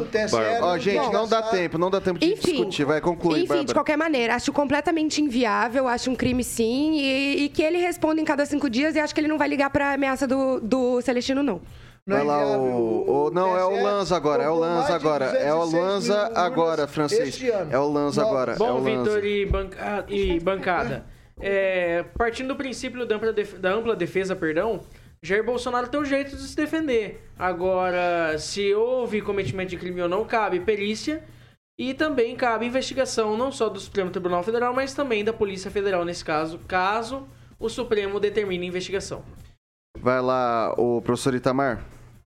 Ó, oh, gente, não dá tempo, não dá tempo de Enfim, discutir. Vai concluir, Enfim, Bárbara. de qualquer maneira, acho completamente inviável, acho um crime sim, e, e que ele responda em cada cinco dias e acho que ele não vai ligar para a ameaça do, do Celestino, não. Vai lá, o, o... Não, é o Lanza agora, é o Lanza agora. É o Lanza agora, Francês. É o Lanza agora. Bom, Vitor e, banca... e bancada, é, partindo do princípio da ampla, def... da ampla defesa, perdão, Jair Bolsonaro tem um jeito de se defender. Agora, se houve cometimento de crime ou não, cabe perícia e também cabe investigação não só do Supremo Tribunal Federal, mas também da Polícia Federal nesse caso, caso o Supremo determine a investigação. Vai lá, o professor Itamar.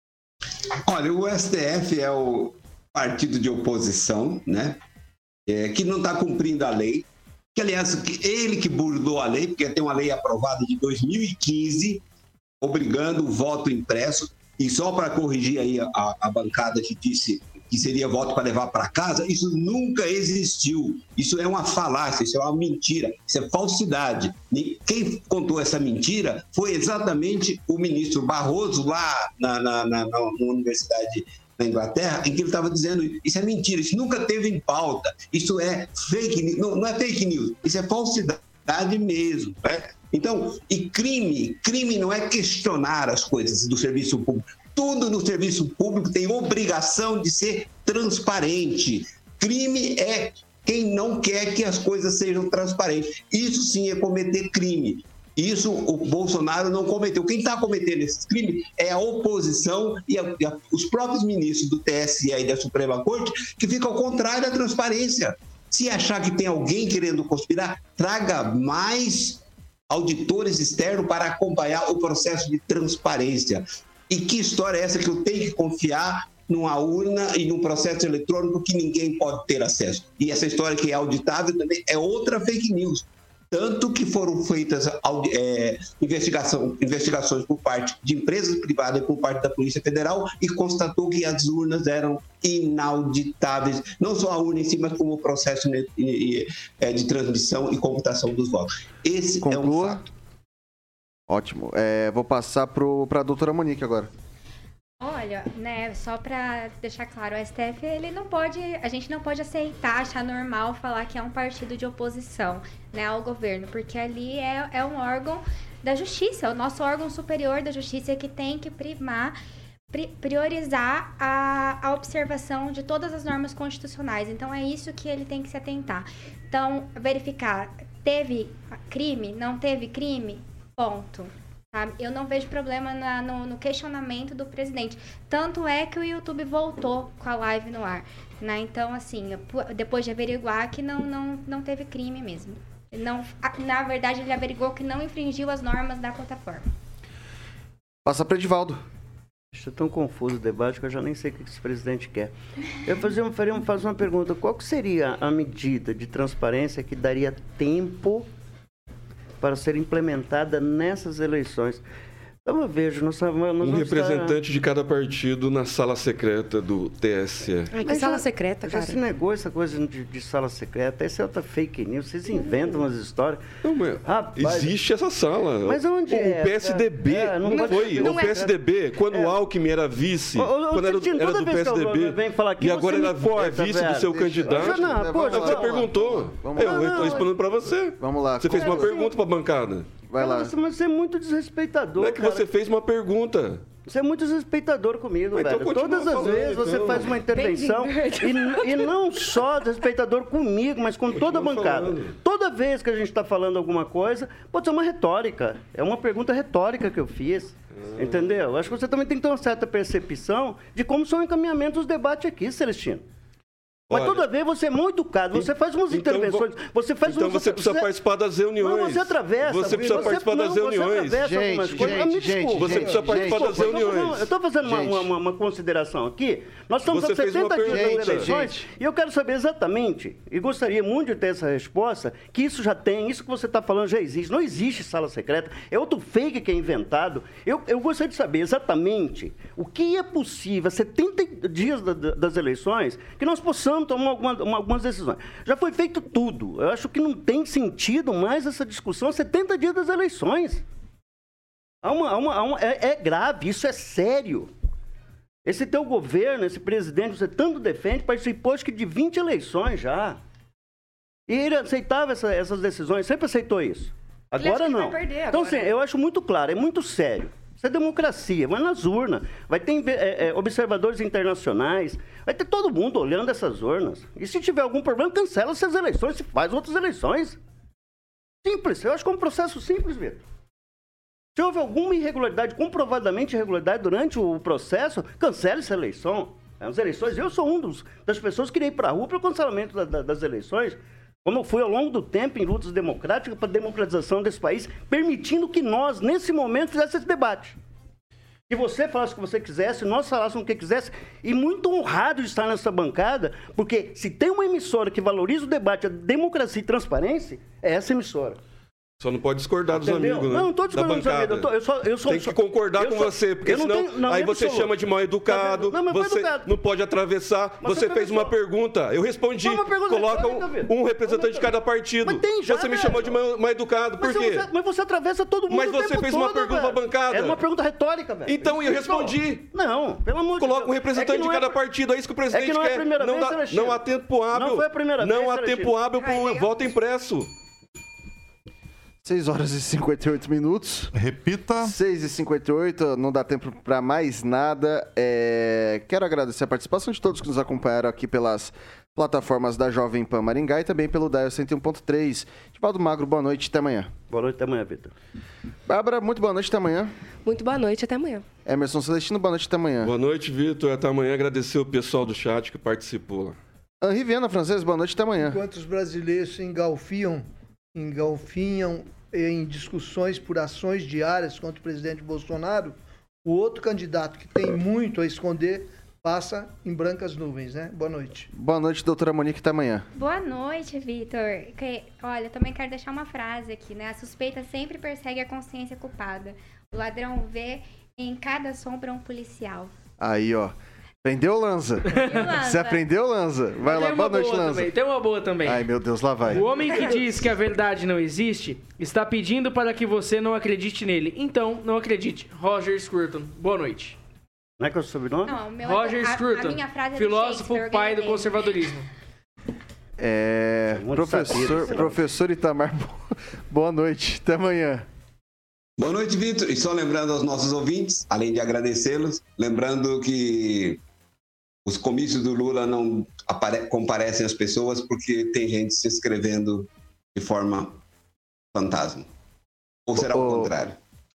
Olha, o S T F é o partido de oposição, né? É, que não está cumprindo a lei. Que, aliás, ele que burlou a lei, porque tem uma lei aprovada de dois mil e quinze, obrigando o voto impresso. E só para corrigir aí a, a bancada que disse que seria voto para levar para casa, isso nunca existiu. Isso é uma falácia, isso é uma mentira, isso é falsidade. Quem contou essa mentira foi exatamente o ministro Barroso, lá na, na, na, na Universidade da Inglaterra, em que ele estava dizendo isso é mentira, isso nunca teve em pauta, isso é fake news, não, não é fake news, isso é falsidade mesmo, né? Então, e crime, crime não é questionar as coisas do serviço público. Tudo no serviço público tem obrigação de ser transparente. Crime é quem não quer que as coisas sejam transparentes. Isso sim é cometer crime. Isso o Bolsonaro não cometeu. Quem está cometendo esses crimes é a oposição e, a, e a, os próprios ministros do T S E e da Suprema Corte, que ficam ao contrário da transparência. Se achar que tem alguém querendo conspirar, traga mais auditores externos para acompanhar o processo de transparência. E que história é essa que eu tenho que confiar numa urna e num processo eletrônico que ninguém pode ter acesso? E essa história que é auditável também é outra fake news. Tanto que foram feitas é, investigação, investigações por parte de empresas privadas e por parte da Polícia Federal e constatou que as urnas eram inauditáveis. Não só a urna em si, mas como o processo de, de, de transmissão e computação dos votos. Esse Conclua. é um fato. Ótimo. É, vou passar para a doutora Monique agora. Olha, né, só para deixar claro, o S T F, ele não pode, a gente não pode aceitar, achar normal falar que é um partido de oposição, né, ao governo, porque ali é, é um órgão da justiça, o nosso órgão superior da justiça que tem que primar, pri, priorizar a, a observação de todas as normas constitucionais. Então, é isso que ele tem que se atentar. Então, verificar, teve crime, não teve crime, ponto. Sabe? Eu não vejo problema na, no, no questionamento do presidente. Tanto é que o YouTube voltou com a live no ar. Né? Então, assim, depois de averiguar que não, não, não teve crime mesmo. Não, na verdade, ele averigou que não infringiu as normas da plataforma. Passa para Edivaldo. Está tão confuso o debate que eu já nem sei o que esse presidente quer. Eu fazer uma, faria, fazer uma pergunta. Qual que seria a medida de transparência que daria tempo para ser implementada nessas eleições? Então eu vejo... Nós, nós um representante estar... de cada partido na sala secreta do T S E. Ai, que sala já, secreta, cara. Já se negou essa coisa de, de sala secreta. Essa é outra fake news. Vocês inventam umas histórias. Não, mas Rapaz, existe essa sala. Mas onde o, é? O P S D B, é, não, não foi? Não o P S D B, é. quando o é. Alckmin era vice, o, o, quando era, do, era do P S D B, aqui, e agora era corta, é vice velho. do seu Deixa, candidato. Não, poxa, você perguntou. Vamos eu estou respondendo para você. Vamos lá. Você fez uma pergunta para a bancada. Vai lá. Mas você é muito desrespeitador. Não é que cara. Você fez uma pergunta. Você é muito desrespeitador comigo, então velho. Todas as falando, vezes então. Você faz uma intervenção e, e não só desrespeitador comigo, mas com continua toda a bancada. Falando. Toda vez que a gente está falando alguma coisa, pode ser uma retórica. É uma pergunta retórica que eu fiz. Ah. Entendeu? Acho que você também tem que ter uma certa percepção de como são encaminhamentos os debates aqui, Celestino. Mas Olha, toda vez você é muito educado, você faz umas então, intervenções, você faz Então umas, você precisa você, participar das reuniões. Não, você atravessa. Você precisa você, participar não, das reuniões. Você gente, gente, gente, gente, você precisa participar gente, das reuniões. Eu estou fazendo uma, uma, uma consideração aqui. Nós estamos você a setenta dias das eleições gente. e eu quero saber exatamente, e gostaria muito de ter essa resposta, que isso já tem, isso que você está falando já existe. Não existe sala secreta, é outro fake que é inventado. Eu, eu gostaria de saber exatamente o que é possível, a setenta dias da, das eleições, que nós possamos tomar alguma, uma, algumas decisões. Já foi feito tudo. Eu acho que não tem sentido mais essa discussão a setenta dias das eleições. Há uma, há uma, há uma, é, é grave, isso é sério. Esse teu governo, esse presidente, você tanto defende, participou acho que de vinte eleições já. E ele aceitava essa, essas decisões, sempre aceitou isso. Agora não. Então, assim, eu acho muito claro, é muito sério. Isso é democracia, vai nas urnas, vai ter é, é, observadores internacionais, vai ter todo mundo olhando essas urnas. E se tiver algum problema, cancela essas eleições, se faz outras eleições. Simples, eu acho que é um processo simples, Vitor. Se houve alguma irregularidade, comprovadamente irregularidade durante o processo, cancele essa eleição. As eleições, eu sou um dos, das pessoas que irei para a rua para o cancelamento da, da, das eleições. Como eu fui ao longo do tempo em lutas democráticas para a democratização desse país, permitindo que nós, nesse momento, fizéssemos esse debate. Que você falasse o que você quisesse, nós falássemos o que quisesse, e muito honrado de estar nessa bancada, porque se tem uma emissora que valoriza o debate, a democracia e transparência, é essa emissora. Só não pode discordar dos Entendeu? amigos, né? Não, não estou discordando dos amigos. Eu, tô, eu, só, eu sou, Tem que concordar com sou, você, porque senão tenho, não, aí você chama de mal educado, não, você educado. não pode atravessar. Mas você fez uma pergunta, eu respondi. Pergunta coloca um, um representante de cada partido. Já, você me chamou de mal, mal educado, por mas quê? Você, mas você atravessa todo mundo. Mas você fez todo, uma pergunta velho. pra bancada. É uma pergunta retórica, velho. Então eu respondi. Não, pelo amor de Deus. Coloca um representante é de cada é... partido, é isso que o presidente é que não quer. É a primeira não, vez, dá, não há tempo hábil. Não foi a primeira não vez. Não há tempo hábil pro voto impresso. seis horas e cinquenta e oito minutos. Repita. seis e cinquenta e oito, não dá tempo para mais nada. É... Quero agradecer a participação de todos que nos acompanharam aqui pelas plataformas da Jovem Pan Maringá e também pelo Dial cento e um ponto três. Divaldo Magro, boa noite, até amanhã. Boa noite, até amanhã, Vitor. Bárbara, muito boa noite, até amanhã. Muito boa noite, até amanhã. Emerson Celestino, boa noite, até amanhã. Boa noite, Vitor, até amanhã. Agradecer o pessoal do chat que participou lá. Henri Viana, francês, boa noite, até amanhã. Enquanto os brasileiros se engalfiam, engalfinham em discussões por ações diárias contra o presidente Bolsonaro, o outro candidato que tem muito a esconder passa em brancas nuvens, né? Boa noite. Boa noite, doutora Monique, até amanhã. Boa noite, Vitor. Olha, também quero deixar uma frase aqui, né? A suspeita sempre persegue a consciência culpada. O ladrão vê em cada sombra um policial. Aí, ó. Aprendeu, Lanza? Você aprendeu, Lanza? Vai lá, boa noite, Lanza. Também. Tem uma boa também. Ai, meu Deus, lá vai. O homem que diz que a verdade não existe está pedindo para que você não acredite nele. Então, não acredite. Roger Scruton. Boa noite. Não é que é o sobrenome? Não, meu Roger é, Scruton. A, a minha frase é filósofo, do pai do dele. conservadorismo. É... Professor, professor Itamar, boa noite. Até amanhã. Boa noite, Vitor. E só lembrando aos nossos ouvintes, além de agradecê-los, lembrando que os comícios do Lula não apare- comparecem às pessoas porque tem gente se inscrevendo de forma fantasma. Ou será o contrário?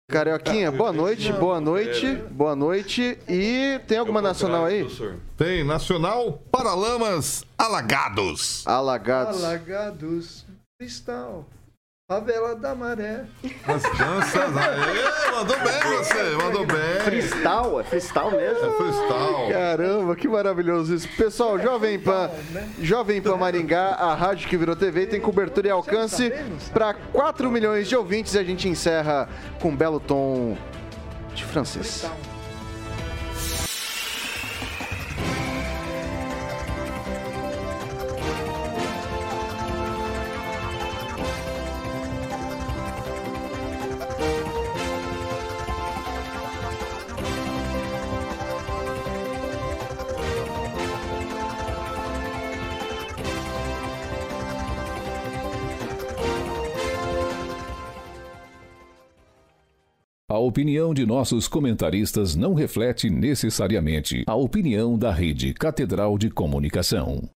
Carioquinha, boa noite, boa noite, boa noite. E tem alguma nacional aí? Tem, Nacional Paralamas Alagados. Alagados. Alagados, cristal, favela da maré. As danças, aê, mandou bem você, mandou bem. Freestyle, é freestyle mesmo. É freestyle. Caramba, que maravilhoso isso. Pessoal, Jovem Pan, Jovem Pan Maringá, a rádio que virou T V, tem cobertura e alcance para quatro milhões de ouvintes e a gente encerra com um belo tom de francês. A opinião de nossos comentaristas não reflete necessariamente a opinião da Rede Catedral de Comunicação.